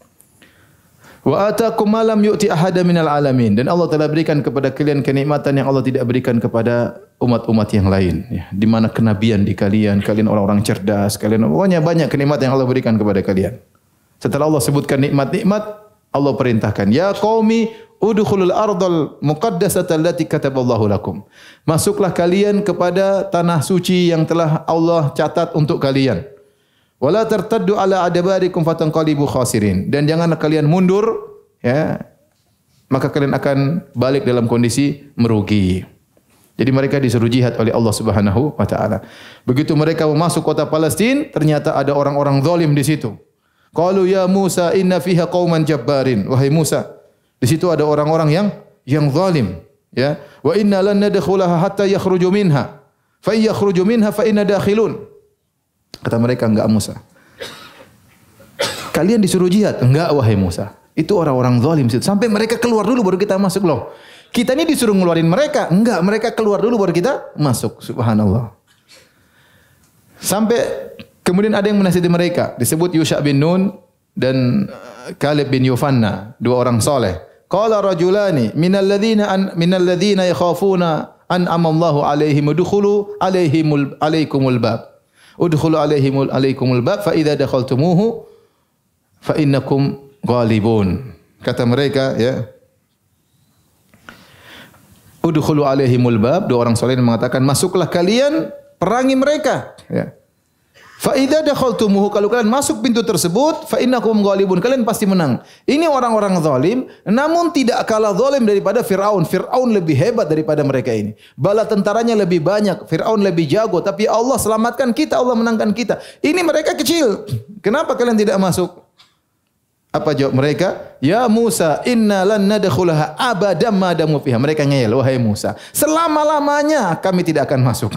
Wa ataakum ma lam yu'ti ahada minal alamin, dan Allah telah berikan kepada kalian kenikmatan yang Allah tidak berikan kepada umat-umat yang lain, ya. Di mana kenabian di kalian, kalian orang-orang cerdas, kalian pokoknya banyak kenikmatan yang Allah berikan kepada kalian. Setelah Allah sebutkan nikmat-nikmat, Allah perintahkan, ya qaumi udkhulul ardal muqaddasata allati kataballahu lakum. Masuklah kalian kepada tanah suci yang telah Allah catat untuk kalian. Wala tartaddu ala adbarikum fatanqalibu khasirin. Dan janganlah kalian mundur, ya. Maka kalian akan balik dalam kondisi merugi. Jadi mereka disuruh jihad oleh Allah Subhanahu wa taala. Begitu mereka masuk kota Palestina, ternyata ada orang-orang zalim di situ. Qalu ya Musa inna fiha qauman jabbarin. Wahai Musa, di situ ada orang-orang yang yang zalim, ya. Wa inna lan nadkhulaha hatta yakhruju minha. Fa yakhruju minha fa inna dakhilun. Kata mereka, enggak Musa. Kalian disuruh jihad? Enggak wahai Musa. Itu orang-orang zalim situ. Sampai mereka keluar dulu baru kita masuk loh. Kita ini disuruh ngeluarin mereka? Enggak, mereka keluar dulu baru kita masuk. Subhanallah. Sampai kemudian ada yang menasihati mereka, disebut Yusha bin Nun dan Kalib bin Yufanna, dua orang soleh. Qala rajulani minal ladzina an minal ladzina yakhafuna an amallahu alaihim udkhulu alaihimul alaikumul bab. Udkhulu alaihimul alaikumul bab fa idza dakhaltumuhu fa innakum ghalibun. Kata mereka, ya. Udkhulu alaihimul bab, dua orang soleh mengatakan, masuklah kalian perangi mereka, ya. Fa idza dakhaltumuhu, kalau kalian masuk pintu tersebut, fa innakum ghalibun, kalian pasti menang. Ini orang-orang zalim, namun tidak kalah zalim daripada Firaun. Firaun lebih hebat daripada mereka ini. Bala tentaranya lebih banyak, Firaun lebih jago, tapi Allah selamatkan kita, Allah menangkan kita. Ini mereka kecil. Kenapa kalian tidak masuk? Apa jawab mereka? Ya Musa, inna lan nadkhulaha abadan ma damu fiha. Mereka ngeyel, wahai Musa, selama-lamanya kami tidak akan masuk.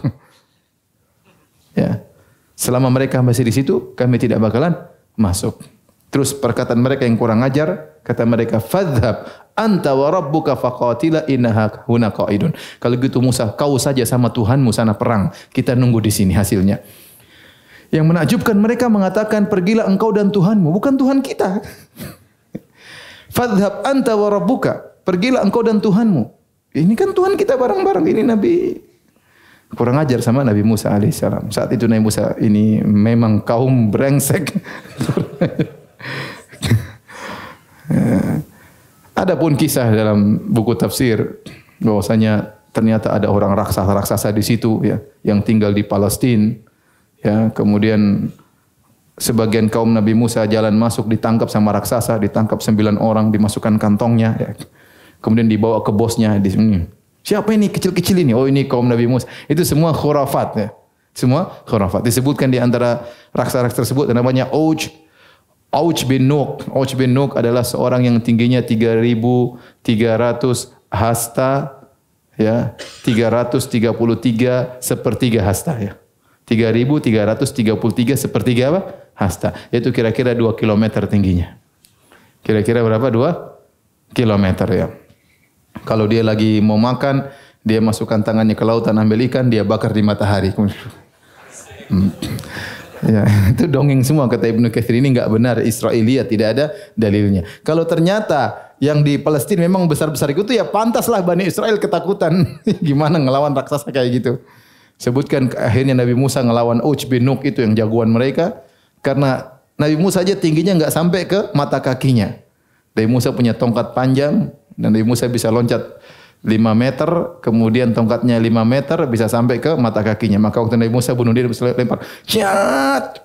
Ya. Selama mereka masih di situ, kami tidak bakalan masuk. Terus perkataan mereka yang kurang ajar, kata mereka, fadhhab anta wa rabbuka faqatila innaha huna qaidun. Kalau gitu Musa, kau saja sama Tuhanmu sana perang. Kita nunggu di sini hasilnya. Yang menakjubkan, mereka mengatakan, pergilah engkau dan Tuhanmu, bukan Tuhan kita. Fadhhab anta wa rabbuka, pergilah engkau dan Tuhanmu. Ini kan Tuhan kita bareng-bareng. Ini Nabi kurang ajar sama Nabi Musa alaihissalam. Saat itu Nabi Musa ini memang kaum brengsek. Adapun kisah dalam buku tafsir bahwasanya ternyata ada orang raksasa-raksasa di situ, ya, yang tinggal di Palestina, Ya, kemudian sebagian kaum Nabi Musa jalan masuk ditangkap sama raksasa, ditangkap sembilan orang, dimasukkan kantongnya. Ya. Kemudian dibawa ke bosnya di sini. Siapa ini kecil-kecil ini? Oh ini kaum Nabi Musa. Itu semua khurafat ya. Semua khurafat. Disebutkan di antara raksasa-raksasa tersebut namanya Auj Auj bin Nuk. Auj bin Nuk adalah seorang yang tingginya tiga ribu tiga ratus hasta ya, tiga ratus tiga puluh tiga sepertiga hasta ya. tiga ribu tiga ratus tiga puluh tiga sepertiga apa? Hasta. Yaitu kira-kira dua kilometer tingginya. Kira-kira berapa? dua kilometer ya. Kalau dia lagi mau makan, dia masukkan tangannya ke lautan ambil ikan, dia bakar di matahari. Hmm. Ya, itu dongeng semua kata Ibnu Katsir, ini enggak benar, Israiliyat, tidak ada dalilnya. Kalau ternyata yang di Palestina memang besar-besar itu ya pantaslah Bani Israel ketakutan. Gimana ngelawan raksasa kayak gitu. Sebutkan akhirnya Nabi Musa ngelawan Uj bin Nuk itu yang jagoan mereka karena Nabi Musa aja tingginya enggak sampai ke mata kakinya. Nabi Musa punya tongkat panjang dan Nabi Musa bisa loncat lima meter, kemudian tongkatnya lima meter bisa sampai ke mata kakinya. Maka waktu Nabi Musa bunuh diri bisa lempar, ciat,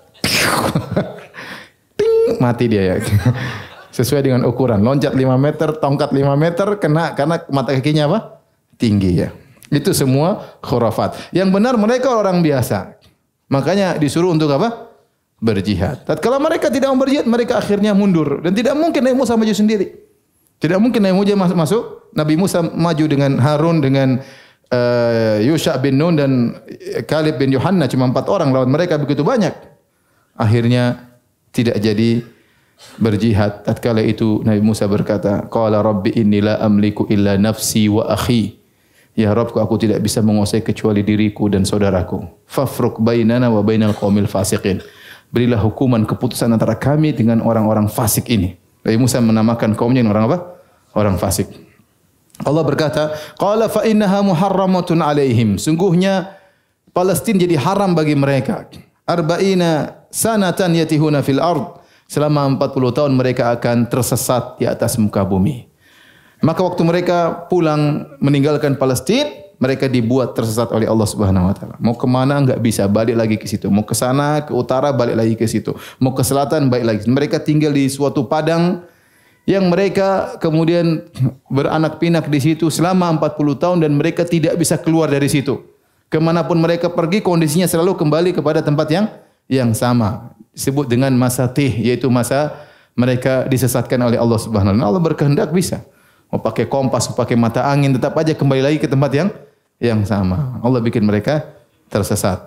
ting, mati dia ya. Sesuai dengan ukuran, loncat lima meter, tongkat lima meter, kena karena mata kakinya apa? Tinggi ya. Itu semua khurafat. Yang benar mereka orang biasa. Makanya disuruh untuk apa? Berjihad. Tatkala mereka tidak mau berjihad, mereka akhirnya mundur dan tidak mungkin Nabi Musa maju sendiri. Tidak mungkin Nabi Musa masuk, masuk. Nabi Musa maju dengan Harun, dengan uh, Yusha bin Nun dan Kalib bin Yohanna. Cuma empat orang lawan mereka begitu banyak. Akhirnya tidak jadi berjihad. Tatkala itu Nabi Musa berkata, Qala Rabbi inni la amliku illa nafsi wa akhi. Ya Rabbku, aku tidak bisa menguasai kecuali diriku dan saudaraku. Fafruq bainana wa bainal qaumil fasiqin. Berilah hukuman keputusan antara kami dengan orang-orang fasik ini. Nabi Musa menamakan kaumnya orang apa? Orang fasik. Allah berkata, qala fa innaha muharramatun alaihim. Sungguhnya Palestina jadi haram bagi mereka. Arba'ina sanatan yatihuna fil ard. Selama empat puluh tahun mereka akan tersesat di atas muka bumi. Maka waktu mereka pulang meninggalkan Palestina, mereka dibuat tersesat oleh Allah Subhanahu wa taala. Mau ke mana enggak bisa, balik lagi ke situ. Mau ke sana, ke utara, balik lagi ke situ. Mau ke selatan, balik lagi. Mereka tinggal di suatu padang yang mereka kemudian beranak pinak di situ selama empat puluh tahun dan mereka tidak bisa keluar dari situ. Kemanapun mereka pergi, kondisinya selalu kembali kepada tempat yang yang sama. Disebut dengan masa tih, yaitu masa mereka disesatkan oleh Allah Subhanahu wa taala. Allah berkehendak bisa. Mau pakai kompas, mau pakai mata angin, tetap aja kembali lagi ke tempat yang yang sama. Allah bikin mereka tersesat.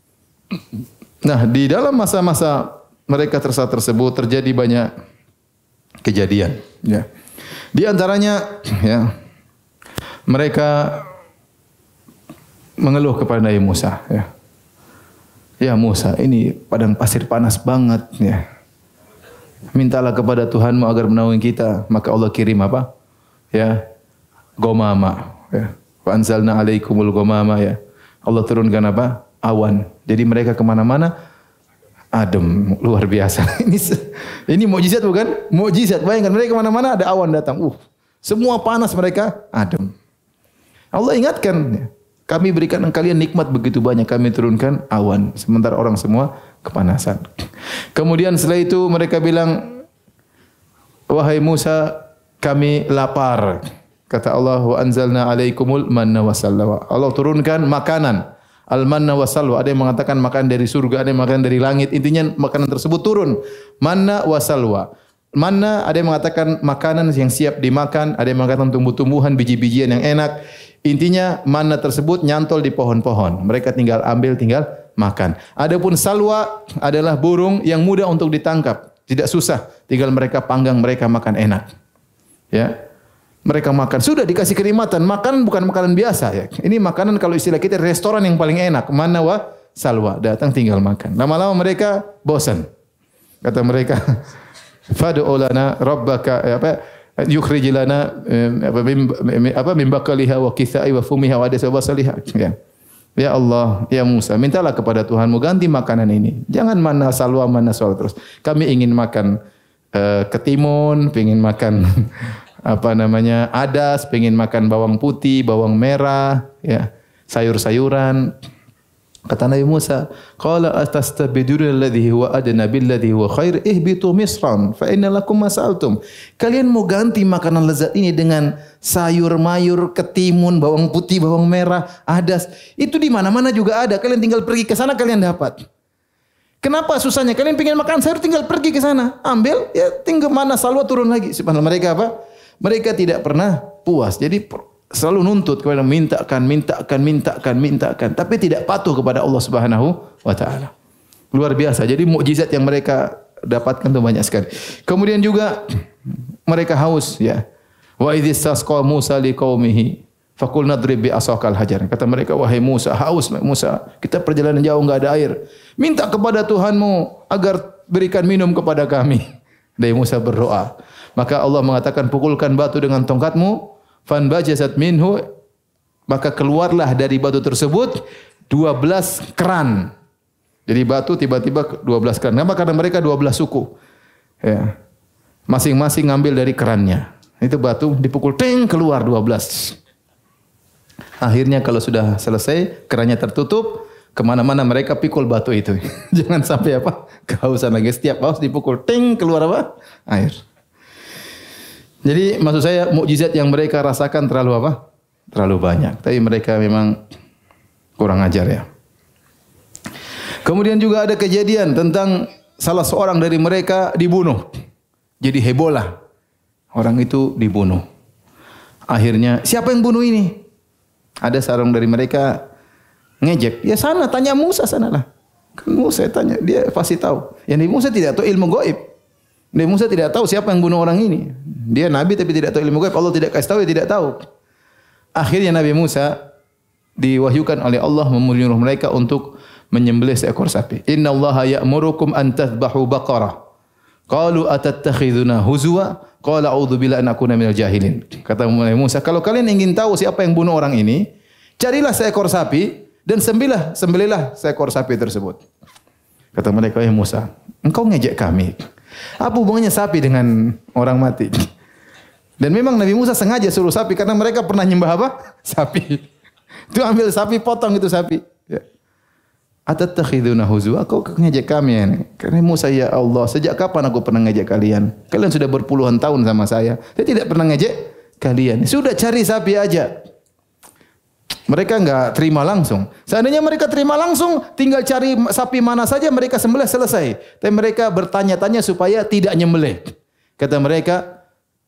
Nah, di dalam masa-masa mereka tersesat tersebut terjadi banyak kejadian. Ya. Di antaranya, ya, mereka mengeluh kepada Nabi Musa. Ya, ya Musa, ini padang pasir panas banget. Ya. Mintalah kepada Tuhanmu agar menaungi kita. Maka Allah kirim apa? Ya, gomama. Ya. Wa anzalna alaikumul gomama. Ya. Allah turunkan apa? Awan. Jadi mereka kemana-mana adem, luar biasa. Ini ini mukjizat bukan? Mukjizat. Bayangkan mereka kemana-mana ada awan datang. Uh, semua panas mereka adem. Allah ingatkan, kami berikan kalian nikmat begitu banyak, kami turunkan awan. Sementara orang semua kepanasan. Kemudian setelah itu mereka bilang, wahai Musa, kami lapar. Kata Allah, wa anzalna alaikumul manna wassalwa. Allah turunkan makanan. Al-manna wa salwa. Ada yang mengatakan makan dari surga, ada yang makan dari langit. Intinya makanan tersebut turun. Manna wa salwa. Manna ada yang mengatakan makanan yang siap dimakan, ada yang mengatakan tumbuh-tumbuhan, biji-bijian yang enak. Intinya manna tersebut nyantol di pohon-pohon. Mereka tinggal ambil, tinggal makan. Adapun salwa adalah burung yang mudah untuk ditangkap. Tidak susah. Tinggal mereka panggang, mereka makan enak. Ya. Mereka makan, sudah dikasih kenikmatan. Makanan bukan makanan biasa ya. Ini makanan kalau istilah kita restoran yang paling enak. Manna wa salwa. Datang tinggal makan. Lama-lama mereka bosan. Kata mereka, fad'u lana rabbaka apa yukhrij lana apa apa min bakaliha wa kithai wa fumiha wa adasa wa salihah. Ya. Ya Allah, ya Musa, mintalah kepada Tuhanmu ganti makanan ini. Jangan manna salwa, manna salwa terus. Kami ingin makan uh, ketimun, ingin makan apa namanya adas, pengen makan bawang putih, bawang merah, ya sayur-sayuran. Kata Nabi Musa, "Qala atastabiduna alladhi huwa adna billadhi huwa khair ihbitu misran fa inna lakum ma sa'altum." Kalian mau ganti makanan lezat ini dengan sayur mayur, ketimun, bawang putih, bawang merah, adas. Itu di mana-mana juga ada. Kalian tinggal pergi ke sana kalian dapat. Kenapa susahnya? Kalian pengen makan sayur tinggal pergi ke sana, ambil, ya tinggal mana salwa turun lagi. Subhanallah, mereka apa? Mereka tidak pernah puas. Jadi selalu nuntut kepada mintakan, mintakan, mintakan, mintakan, tapi tidak patuh kepada Allah Subhanahu wa taala. Luar biasa. Jadi mukjizat yang mereka dapatkan itu banyak sekali. Kemudian juga mereka haus, ya. Wa idh istasqa Musa liqaumihi faqulna idrib bi asaqal hajar. Kata mereka, wahai Musa, haus Musa, kita perjalanan jauh enggak ada air. Minta kepada Tuhanmu agar berikan minum kepada kami. Dari Musa berdoa. Maka Allah mengatakan, pukulkan batu dengan tongkatmu, fanbajasat minhu, maka keluarlah dari batu tersebut dua belas keran. Jadi batu tiba-tiba dua belas keran. Kenapa? Karena mereka dua belas suku. Ya. Masing-masing ngambil dari kerannya. Itu batu dipukul, ting, keluar dua belas. Akhirnya kalau sudah selesai, kerannya tertutup, kemana-mana mereka pikul batu itu. Jangan sampai apa? Kehausan lagi. Setiap haus dipukul, ting, keluar apa? Air. Jadi maksud saya mukjizat yang mereka rasakan terlalu apa? Terlalu banyak. Tapi mereka memang kurang ajar ya. Kemudian juga ada kejadian tentang salah seorang dari mereka dibunuh. Jadi hebohlah. Orang itu dibunuh. Akhirnya siapa yang bunuh ini? Ada seorang dari mereka ngejek. Ya sana tanya Musa sanalah. Kan Musa tanya, dia pasti tahu. Yang Musa tidak tahu ilmu gaib. Nabi Musa tidak tahu siapa yang bunuh orang ini. Dia nabi tapi tidak tahu ilmu gaib. Allah tidak kasih tahu, dia tidak tahu. Akhirnya Nabi Musa diwahyukan oleh Allah menyuruh mereka untuk menyembelih seekor sapi. Inna Allaha ya'murukum an tadhbahu baqarah. Qalu atattakhiduna huzwa? Qala a'udzu billahi an akuna minal jahilin. Kata Nabi Musa, kalau kalian ingin tahu siapa yang bunuh orang ini, carilah seekor sapi dan sembelihlah, sembelihlah seekor sapi tersebut. Kata mereka, "Ya Musa, engkau ngejek kami. Apa hubungannya sapi dengan orang mati?" Dan memang Nabi Musa sengaja suruh sapi karena mereka pernah nyembah apa? Sapi. Itu ambil sapi, potong itu sapi. Ya. Atattakhiduna huzwa? Kau ngejek kami ya. Karena Musa, ya Allah, sejak kapan aku pernah ngejek kalian? Kalian sudah berpuluhan tahun sama saya. Saya tidak pernah ngejek kalian. Sudah cari sapi aja. Mereka enggak terima langsung. Seandainya mereka terima langsung, tinggal cari sapi mana saja mereka sembelih selesai. Tapi mereka bertanya-tanya supaya tidak nyembelih. Kata mereka,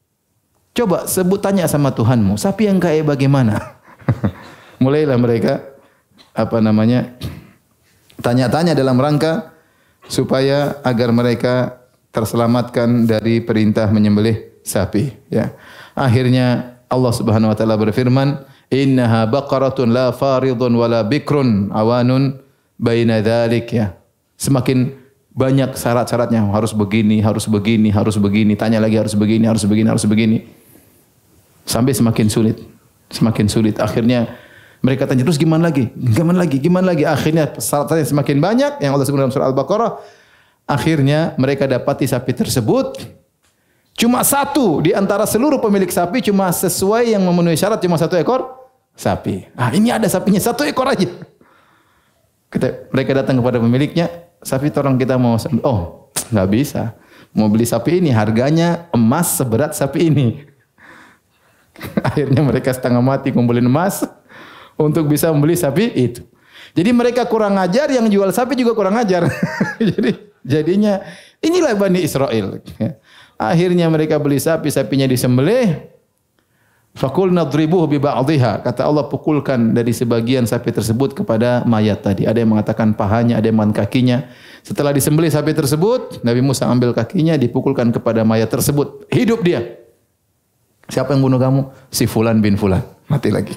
coba sebut tanya sama Tuhanmu, sapi yang kayak bagaimana? Mulailah mereka apa namanya? Tanya-tanya dalam rangka supaya agar mereka terselamatkan dari perintah menyembelih sapi, ya. Akhirnya Allah Subhanahu wa taala berfirman, innaha baqaratun la faridun wala bikrun awanun baina dzalik, ya. Semakin banyak syarat-syaratnya, harus begini, harus begini, harus begini, tanya lagi harus begini, harus begini, harus begini. Sampai semakin sulit, semakin sulit. Akhirnya mereka tanya terus gimana lagi? Gimana lagi? Gimana lagi? Akhirnya syaratnya semakin banyak yang Allah sebut dalam surah Al-Baqarah. Akhirnya mereka dapati sapi tersebut cuma satu di antara seluruh pemilik sapi, cuma sesuai yang memenuhi syarat, cuma satu ekor sapi. Ah, ini ada sapinya satu ekor aja. Kita, mereka datang kepada pemiliknya, sapi tolong kita mau, oh nggak bisa, mau beli sapi ini harganya emas seberat sapi ini. Akhirnya mereka setengah mati kumpulin emas untuk bisa membeli sapi itu. Jadi mereka kurang ajar, yang jual sapi juga kurang ajar. Jadi jadinya inilah Bani Israel. Akhirnya mereka beli sapi, sapinya disembelih. Faqulna idribuhu bi ba'dihha. Kata Allah, pukulkan dari sebagian sapi tersebut kepada mayat tadi. Ada yang mengatakan pahanya, ada yang mengatakan kakinya. Setelah disembelih sapi tersebut, Nabi Musa ambil kakinya, dipukulkan kepada mayat tersebut. Hidup dia. Siapa yang bunuh kamu? Si Fulan bin Fulan. Mati lagi.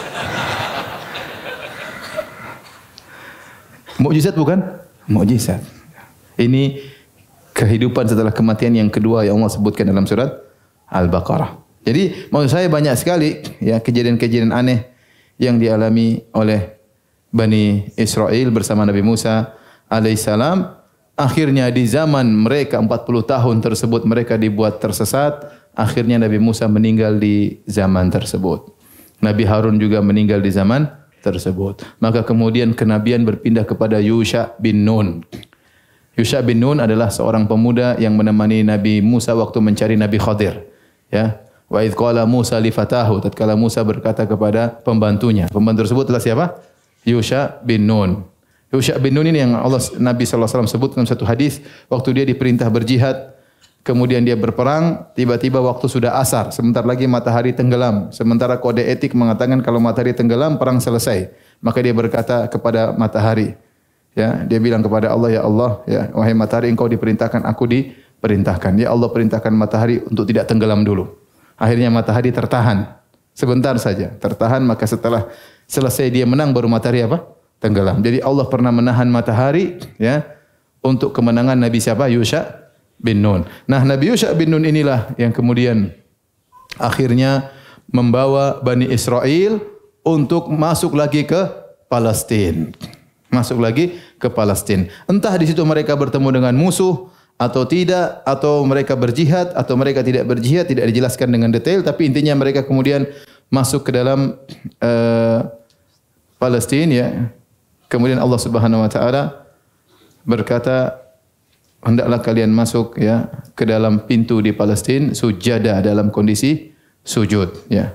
Mukjizat bukan? Mukjizat. Ini kehidupan setelah kematian yang kedua yang Allah sebutkan dalam surat Al-Baqarah. Jadi maksud saya banyak sekali ya kejadian-kejadian aneh yang dialami oleh Bani Israel bersama Nabi Musa alaihissalam. Akhirnya di zaman mereka empat puluh tahun tersebut mereka dibuat tersesat. Akhirnya Nabi Musa meninggal di zaman tersebut. Nabi Harun juga meninggal di zaman tersebut. Maka kemudian kenabian berpindah kepada Yusha bin Nun. Yusha bin Nun adalah seorang pemuda yang menemani Nabi Musa waktu mencari Nabi Khadir. Ya. Wa idz qala Musa li fatahu, tatkala Musa berkata kepada pembantunya. Pembantu tersebut adalah siapa? Yusha bin Nun. Yusha bin Nun ini yang Allah Nabi sallallahu alaihi wasallam sebut dalam satu hadis waktu dia diperintah berjihad, kemudian dia berperang, tiba-tiba waktu sudah asar, sebentar lagi matahari tenggelam. Sementara kode etik mengatakan kalau matahari tenggelam perang selesai. Maka dia berkata kepada matahari, ya, dia bilang kepada Allah, ya Allah, ya, wahai matahari, engkau diperintahkan, aku diperintahkan. Ya Allah, perintahkan matahari untuk tidak tenggelam dulu. Akhirnya matahari tertahan. Sebentar saja tertahan, maka setelah selesai dia menang baru matahari apa? Tenggelam. Jadi Allah pernah menahan matahari, ya, untuk kemenangan Nabi siapa? Yusha bin Nun. Nah, Nabi Yusha bin Nun inilah yang kemudian akhirnya membawa Bani Israel untuk masuk lagi ke Palestina. Masuk lagi ke Palestina. Entah di situ mereka bertemu dengan musuh atau tidak, atau mereka berjihad atau mereka tidak berjihad, tidak dijelaskan dengan detail, tapi intinya mereka kemudian masuk ke dalam uh, Palestina, ya. Kemudian Allah Subhanahu wa taala berkata, hendaklah kalian masuk, ya, ke dalam pintu di Palestina sujada, dalam kondisi sujud, ya.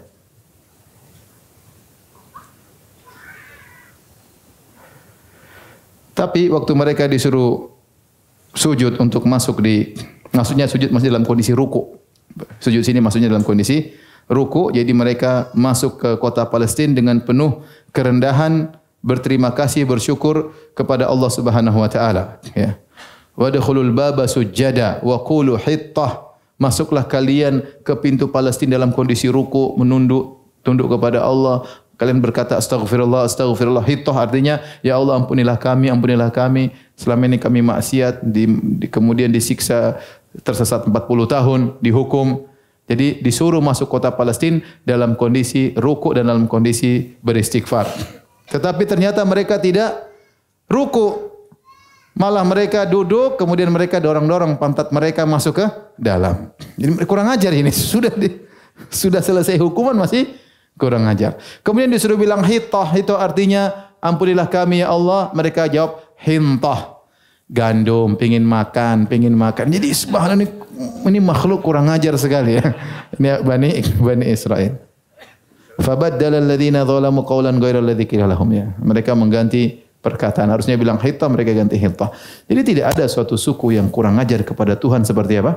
Tapi waktu mereka disuruh sujud untuk masuk di, maksudnya sujud masih dalam kondisi ruku. Sujud sini maksudnya dalam kondisi ruku. Jadi mereka masuk ke kota Palestina dengan penuh kerendahan, berterima kasih, bersyukur kepada Allah Subhanahu wa taala, ya. Wadkhulul baba sujada wa qulu hittah. Masuklah kalian ke pintu Palestina dalam kondisi ruku, menunduk, tunduk kepada Allah. Kalian berkata astaghfirullah, astaghfirullah. Hittah artinya, ya Allah ampunilah kami, ampunilah kami. Selama ini kami maksiat, di, di, kemudian disiksa, tersesat empat puluh tahun, dihukum. Jadi disuruh masuk kota Palestina dalam kondisi ruku dan dalam kondisi beristighfar. Tetapi ternyata mereka tidak ruku. Malah mereka duduk, kemudian mereka dorong-dorong pantat mereka masuk ke dalam. Jadi kurang ajar ini. Sudah di, sudah selesai hukuman masih kurang ajar. Kemudian disuruh bilang hittah, itu artinya ampunilah kami ya Allah. Mereka jawab hintah. Gandum, pingin makan, pingin makan. Jadi subhanallah, ini, ini makhluk kurang ajar sekali, ya. Ini Bani Bani Israel. Fabaddala alladziina dzalamu qawlan ghayra alladzi qila lahum, ya. Mereka mengganti perkataan, harusnya bilang hittah, mereka ganti hittah. Jadi tidak ada suatu suku yang kurang ajar kepada Tuhan seperti apa?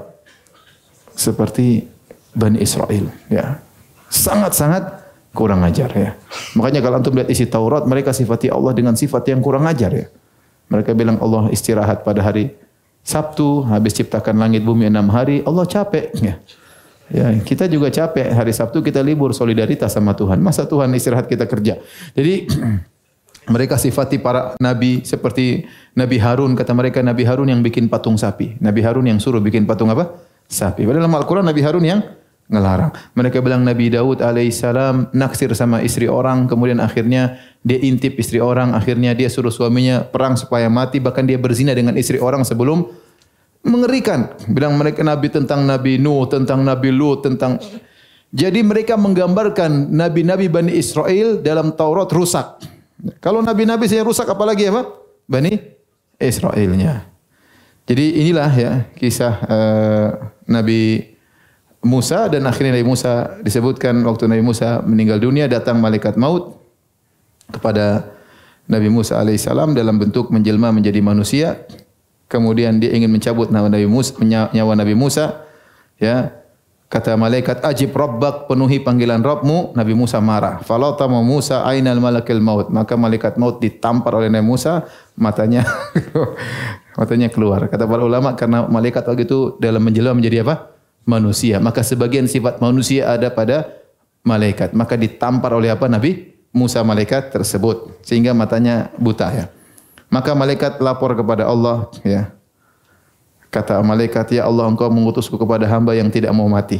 Seperti Bani Israel, ya. Sangat-sangat kurang ajar, ya. Makanya kalau antum lihat isi Taurat, mereka sifati Allah dengan sifat yang kurang ajar, ya. Mereka bilang Allah istirahat pada hari Sabtu, habis ciptakan langit bumi enam hari, Allah capek, ya. Ya, kita juga capek, hari Sabtu kita libur, solidaritas sama Tuhan. Masa Tuhan istirahat kita kerja? Jadi mereka sifati para nabi seperti Nabi Harun, kata mereka Nabi Harun yang bikin patung sapi. Nabi Harun yang suruh bikin patung apa? Sapi. Padahal dalam Al-Quran Nabi Harun yang ngelarang. Mereka bilang Nabi Daud alaihissalam naksir sama istri orang, kemudian akhirnya dia intip istri orang, akhirnya dia suruh suaminya perang supaya mati, bahkan dia berzina dengan istri orang sebelum, mengerikan. Bilang mereka Nabi tentang Nabi Nuh, tentang Nabi Lut, tentang... Jadi mereka menggambarkan Nabi-Nabi Bani Israel dalam Taurat rusak. Kalau Nabi-Nabi saya rusak, apalagi apa? Bani Israelnya. Jadi inilah, ya, kisah uh, Nabi Musa, dan akhirnya Nabi Musa disebutkan waktu Nabi Musa meninggal dunia datang malaikat maut kepada Nabi Musa alaihissalam dalam bentuk menjelma menjadi manusia. Kemudian dia ingin mencabut nyawa Nabi Musa, nyawa Nabi Musa, ya. Kata malaikat, ajib rabbak, penuhi panggilan Rabbmu. Nabi Musa marah. Falatama Musa ainal malakil maut. Maka malaikat maut ditampar oleh Nabi Musa, matanya matanya keluar. Kata para ulama, karena malaikat waktu itu dalam menjelma menjadi apa? Manusia. Maka sebagian sifat manusia ada pada malaikat. Maka ditampar oleh apa? Nabi Musa malaikat tersebut. Sehingga matanya buta, ya. Maka malaikat lapor kepada Allah, ya. Kata malaikat, ya Allah, engkau mengutusku kepada hamba yang tidak mau mati.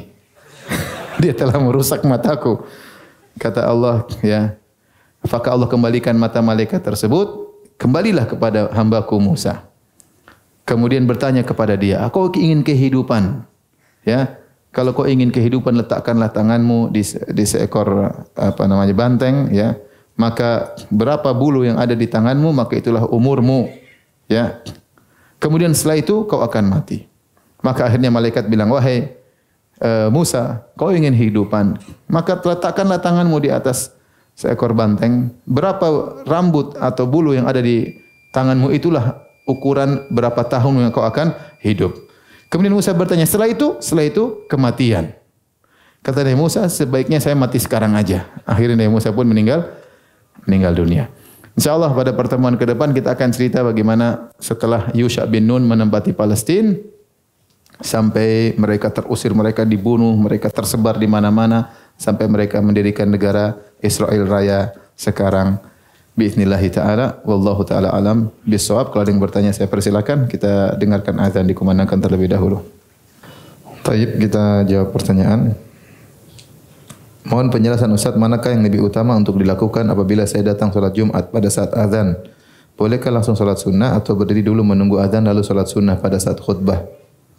Dia telah merusak mataku. Kata Allah, ya. Maka Allah kembalikan mata malaikat tersebut. Kembalilah kepada hambaku Musa. Kemudian bertanya kepada dia, aku ingin kehidupan. Ya, kalau kau ingin kehidupan, letakkanlah tanganmu di, di seekor apa namanya banteng, ya. maka berapa bulu yang ada di tanganmu, maka itulah umurmu. Ya. Kemudian setelah itu kau akan mati. Maka akhirnya malaikat bilang, wahai uh, Musa, kau ingin hidupan, maka letakkanlah tanganmu di atas seekor banteng. Berapa rambut atau bulu yang ada di tanganmu, itulah ukuran berapa tahun yang kau akan hidup. Kemudian Musa bertanya, setelah itu, setelah itu kematian. Kata Nabi Musa, sebaiknya saya mati sekarang aja. Akhirnya Nabi Musa pun meninggal, meninggal dunia. InsyaAllah pada pertemuan ke depan kita akan cerita bagaimana setelah Yusha bin Nun menempati Palestina, sampai mereka terusir, mereka dibunuh, mereka tersebar di mana-mana, sampai mereka mendirikan negara Israel Raya sekarang. Bi'iznillahi ta'ala, wallahu ta'ala alam bisawab. Kalau ada yang bertanya saya persilakan, kita dengarkan azan dikumandangkan terlebih dahulu. Taib, kita jawab pertanyaan. Mohon penjelasan Ustaz, manakah yang lebih utama untuk dilakukan apabila saya datang salat Jumat pada saat azan? Bolehkah langsung salat sunnah atau berdiri dulu menunggu azan lalu salat sunnah pada saat khutbah?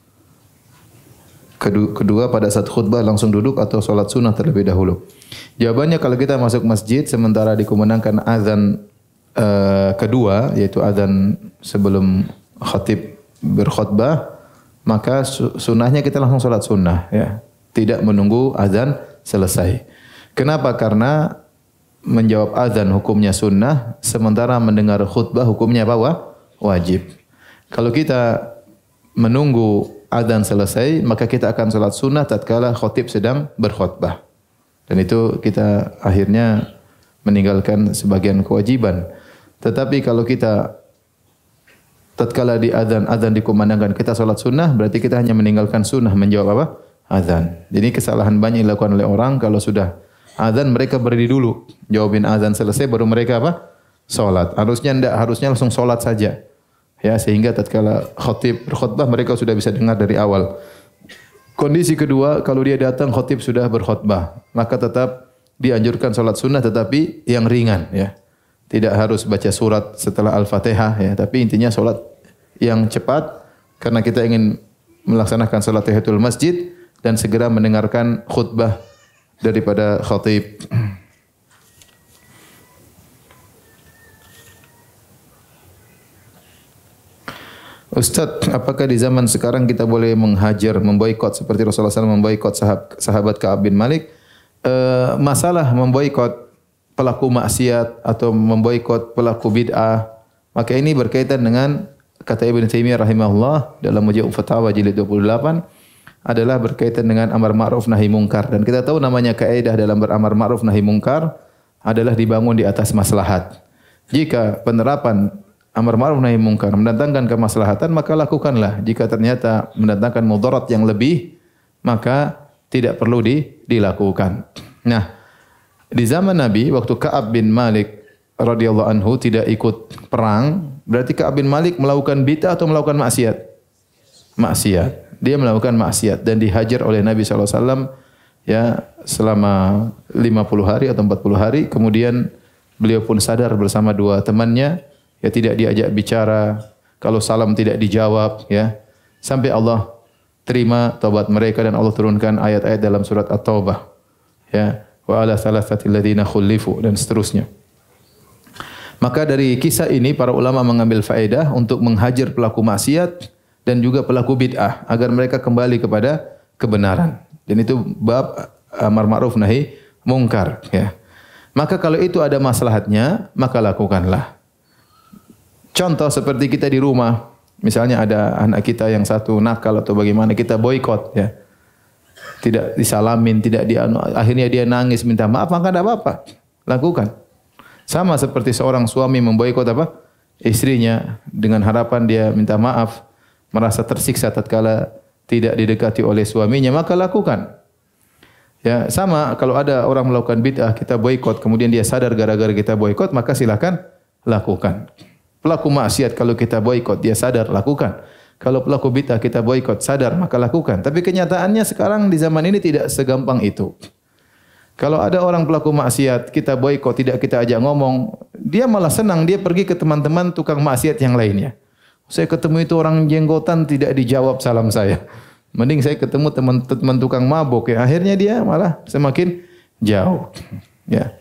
Kedua, pada saat khutbah langsung duduk atau salat sunnah terlebih dahulu? Jawabannya, kalau kita masuk masjid sementara dikumandangkan azan uh, kedua, yaitu azan sebelum khatib berkhutbah, maka sunnahnya kita langsung salat sunnah, ya. Tidak menunggu azan selesai. Kenapa? Karena menjawab azan hukumnya sunnah, sementara mendengar khutbah hukumnya apa? Wajib. Kalau kita menunggu azan selesai, maka kita akan salat sunnah tatkala khatib sedang berkhutbah. Dan itu kita akhirnya meninggalkan sebagian kewajiban. Tetapi kalau kita tatkala di azan, azan dikumandangkan kita salat sunnah, berarti kita hanya meninggalkan sunnah menjawab apa? Azan. Jadi kesalahan banyak dilakukan oleh orang, kalau sudah azan mereka berdiri dulu, jawabin azan selesai baru mereka apa? Salat. Harusnya enggak, harusnya langsung salat saja. Ya, sehingga tatkala khatib berkhutbah mereka sudah bisa dengar dari awal. Kondisi kedua, kalau dia datang khatib sudah berkhutbah, maka tetap dianjurkan salat sunnah tetapi yang ringan, ya. Tidak harus baca surat setelah Al-Fatihah, ya, tapi intinya salat yang cepat karena kita ingin melaksanakan salat tahiyatul masjid dan segera mendengarkan khutbah daripada khatib. Ustaz, apakah di zaman sekarang kita boleh menghajar, memboikot seperti Rasulullah shallallahu alaihi wasallam memboikot sahab, sahabat Ka'ab bin Malik? E, masalah memboikot pelaku maksiat atau memboikot pelaku bid'ah, maka ini berkaitan dengan kata Ibnu Taimiyah rahimahullah dalam Majmu' Fatawa jilid dua puluh delapan, adalah berkaitan dengan amar ma'ruf nahi mungkar. Dan kita tahu namanya kaidah dalam beramar ma'ruf nahi mungkar adalah dibangun di atas maslahat. Jika penerapan amar ma'ruf nahi mungkar mendatangkan kemaslahatan, maka lakukanlah. Jika ternyata mendatangkan mudarat yang lebih, maka tidak perlu di, dilakukan. Nah, di zaman Nabi waktu Ka'ab bin Malik radhiyallahu anhu tidak ikut perang, berarti Ka'ab bin Malik melakukan bid'ah atau melakukan maksiat? Maksiat. Dia melakukan maksiat dan dihajar oleh Nabi sallallahu alaihi wasallam, ya, selama lima puluh hari atau empat puluh hari. Kemudian beliau pun sadar bersama dua temannya, ya, tidak diajak bicara, kalau salam tidak dijawab, ya, sampai Allah terima taubat mereka dan Allah turunkan ayat-ayat dalam surat At-Taubah, ya, wa ala salasatil ladzina khulifu dan seterusnya. Maka dari kisah ini para ulama mengambil faedah untuk menghajar pelaku maksiat dan juga pelaku bid'ah agar mereka kembali kepada kebenaran. Dan itu bab amar ma'ruf nahi mungkar, ya. Maka kalau itu ada maslahatnya, maka lakukanlah. Contoh seperti kita di rumah, misalnya ada anak kita yang satu nakal atau bagaimana, kita boikot, ya. Tidak disalamin, tidak dianu, akhirnya dia nangis minta maaf, maka tidak apa-apa. Lakukan. Sama seperti seorang suami memboikot apa? Istrinya dengan harapan dia minta maaf, merasa tersiksa tatkala tidak didekati oleh suaminya, maka lakukan. Ya, sama kalau ada orang melakukan bid'ah, kita boikot, kemudian dia sadar gara-gara kita boikot, maka silakan lakukan. Pelaku maksiat kalau kita boikot, dia sadar, lakukan. Kalau pelaku bid'ah kita boikot, sadar, maka lakukan. Tapi kenyataannya sekarang di zaman ini tidak segampang itu. Kalau ada orang pelaku maksiat, kita boikot, tidak kita ajak ngomong, dia malah senang, dia pergi ke teman-teman tukang maksiat yang lainnya. Saya ketemu itu orang jenggotan, tidak dijawab salam saya. Mending saya ketemu teman-teman tukang mabuk, ya. Akhirnya dia malah semakin jauh, ya.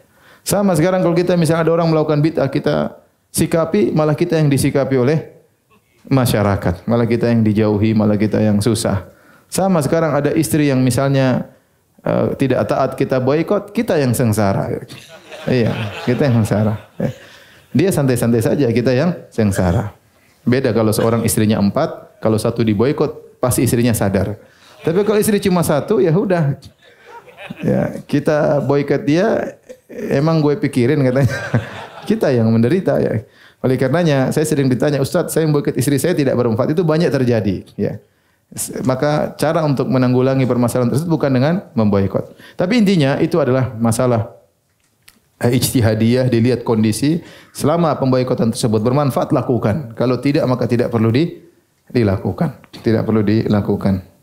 Sama sekarang kalau kita misalnya ada orang melakukan bid'ah, kita sikapi, malah kita yang disikapi oleh masyarakat. Malah kita yang dijauhi, malah kita yang susah. Sama sekarang ada istri yang misalnya uh, tidak taat, kita boikot, kita yang sengsara. Iya, kita yang sengsara. Dia santai-santai saja, kita yang sengsara. Beda kalau seorang istrinya empat, kalau satu diboikot, pasti istrinya sadar. Tapi kalau istri cuma satu, ya udah. Ya, kita boikot dia, emang gue pikirin katanya. Kita yang menderita ya. Oleh karenanya saya sering ditanya, Ustaz, saya boikot istri saya tidak bermanfaat. Itu banyak terjadi. Ya. Maka cara untuk menanggulangi permasalahan tersebut bukan dengan memboikot. Tapi intinya itu adalah masalah ijtihadiyah, dilihat kondisi. Selama pemboikotan tersebut bermanfaat, lakukan. Kalau tidak, maka tidak perlu di, dilakukan. Tidak perlu dilakukan.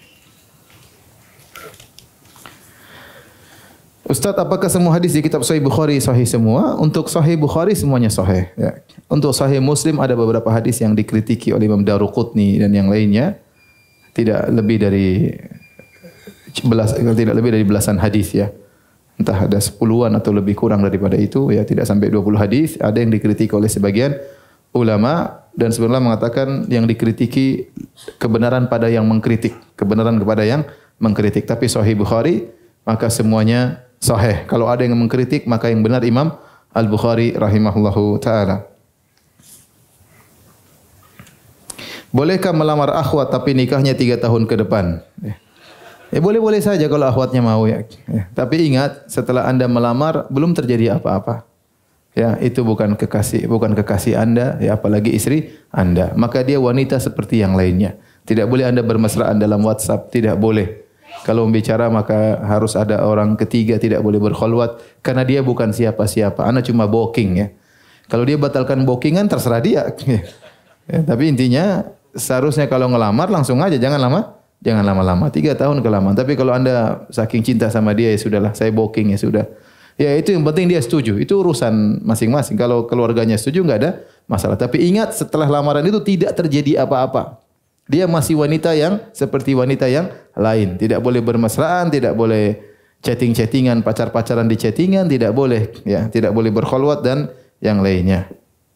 Ustaz, apakah semua hadis di kitab Sahih Bukhari sahih semua? Untuk Sahih Bukhari semuanya sahih. Ya. Untuk Sahih Muslim ada beberapa hadis yang dikritiki oleh Imam Daruqutni dan yang lainnya. Tidak lebih dari belas, tidak lebih dari belasan hadis ya. Entah ada sepuluhan atau lebih kurang daripada itu. Ya, tidak sampai dua puluh hadis. Ada yang dikritiki oleh sebagian ulama dan sebenarnya mengatakan yang dikritiki kebenaran pada yang mengkritik, kebenaran kepada yang mengkritik. Tapi Sahih Bukhari maka semuanya sahih. Kalau ada yang mengkritik, maka yang benar Imam Al-Bukhari rahimahullahu ta'ala. Bolehkah melamar akhwat tapi nikahnya tiga tahun ke depan? Ya boleh-boleh saja kalau akhwatnya mau ya. ya. Tapi ingat, setelah Anda melamar, belum terjadi apa-apa. Ya, itu bukan kekasih, bukan kekasih Anda, ya apalagi istri Anda. Maka dia wanita seperti yang lainnya. Tidak boleh Anda bermesraan dalam WhatsApp, tidak boleh. Kalau membicara maka harus ada orang ketiga, tidak boleh berkholwat karena dia bukan siapa-siapa. Anda cuma booking ya. Kalau dia batalkan bookingan terserah dia. Ya, tapi intinya seharusnya kalau ngelamar langsung aja, jangan lama, jangan lama-lama. Tiga tahun kelamaan. Tapi kalau Anda saking cinta sama dia ya sudahlah, saya booking ya sudah. Ya itu yang penting dia setuju. Itu urusan masing-masing. Kalau keluarganya setuju nggak ada masalah. Tapi ingat setelah lamaran itu tidak terjadi apa-apa. Dia masih wanita yang seperti wanita yang lain. Tidak boleh bermesraan, tidak boleh chatting-chattingan, pacar-pacaran di chattingan, tidak boleh. Ya, tidak boleh berkholwat dan yang lainnya.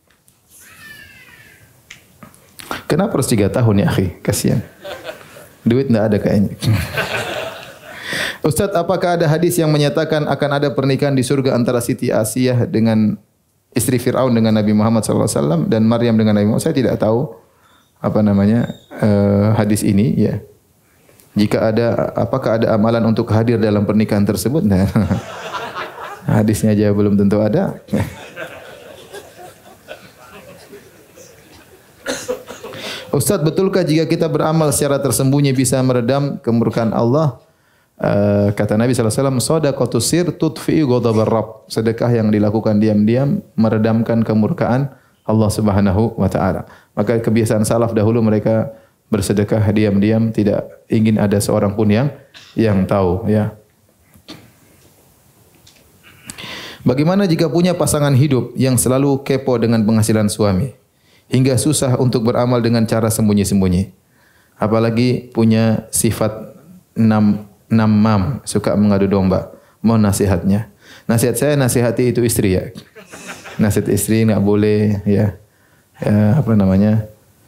Kenapa harus tiga tahun ya, akhi? Kasihan. Duit tidak ada kayaknya. Ustaz, apakah ada hadis yang menyatakan akan ada pernikahan di surga antara Siti Asiyah dengan istri Fir'aun dengan Nabi Muhammad sallallahu alaihi wasallam dan Maryam dengan Nabi Muhammad? Saya tidak tahu apa namanya uh, hadis ini ya. Jika ada, apakah ada amalan untuk hadir dalam pernikahan tersebut? Nah, hadisnya aja belum tentu ada. Ustaz, betulkah jika kita beramal secara tersembunyi bisa meredam kemurkaan Allah? Uh, kata Nabi sallallahu alaihi wasallam, shadaqatus sir tudfi'u ghadabar rabb. Sedekah yang dilakukan diam-diam meredamkan kemurkaan Allah Subhanahu wa taala. Maka kebiasaan salaf dahulu mereka bersedekah diam-diam, tidak ingin ada seorang pun yang yang tahu ya. Bagaimana jika punya pasangan hidup yang selalu kepo dengan penghasilan suami hingga susah untuk beramal dengan cara sembunyi-sembunyi? Apalagi punya sifat nam namam, suka mengadu domba. Mohon nasihatnya. Nasihat saya, nasihati itu istri ya. Nasihat istri enggak boleh ya. Ya, apa namanya,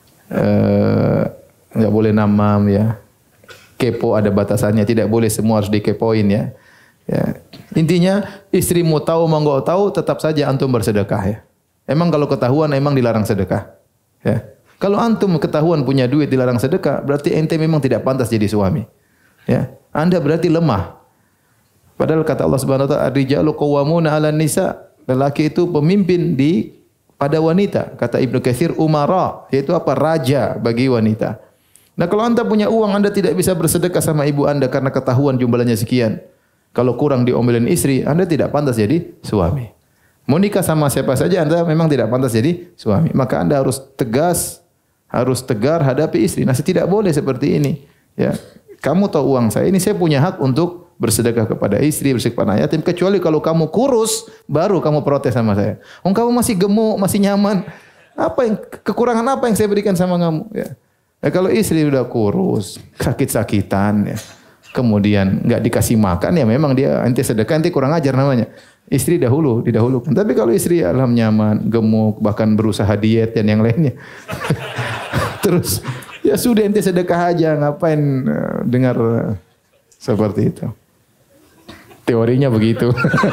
enggak uh, boleh namam ya, kepo ada batasannya, tidak boleh semua harus dikepoin ya. Ya. Intinya istri mau tahu mau enggak tahu tetap saja antum bersedekah ya. Emang kalau ketahuan emang dilarang sedekah ya. Kalau antum ketahuan punya duit dilarang sedekah berarti ente memang tidak pantas jadi suami ya. Anda berarti lemah. Padahal kata Allah Subhanahu wa taala, ar-rijalu qawwamuna 'alan nisa, lelaki itu pemimpin di pada wanita. Kata Ibnu Katsir, umara, yaitu apa? Raja bagi wanita. Nah, kalau Anda punya uang, Anda tidak bisa bersedekah sama ibu Anda karena ketahuan jumlahnya sekian. Kalau kurang diomelin istri, Anda tidak pantas jadi suami. Mau nikah sama siapa saja, Anda memang tidak pantas jadi suami. Maka Anda harus tegas, harus tegar hadapi istri. Nah, tidak boleh seperti ini. Ya, kamu tahu uang saya, ini saya punya hak untuk bersedekah kepada istri, bersedekah kepada yatim, kecuali kalau kamu kurus, baru kamu protes sama saya. Oh, kamu masih gemuk, masih nyaman. Apa yang kekurangan apa yang saya berikan sama kamu? Ya. Ya, kalau istri sudah kurus, sakit-sakitan, ya. Kemudian nggak dikasih makan, ya memang dia ente sedekah, ente kurang ajar namanya. Istri dahulu, didahulukan. Tapi kalau istri alam nyaman, gemuk, bahkan berusaha diet dan yang lainnya. Terus ya sudah ente sedekah aja, ngapain uh, dengar uh, seperti itu. Teorinya begitu.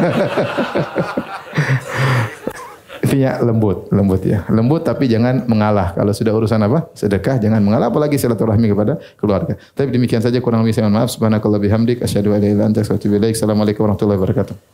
Intinya lembut, lembut ya. Lembut tapi jangan mengalah. Kalau sudah urusan apa? Sedekah jangan mengalah, apalagi silaturahmi kepada keluarga. Tapi demikian saja, kurang lebih saya mohon maaf. Subhanakallah bihamdik asyhadu an la ilaha illa anta astaghfiruka wa atubu ilaik. Assalamualaikum warahmatullahi wabarakatuh.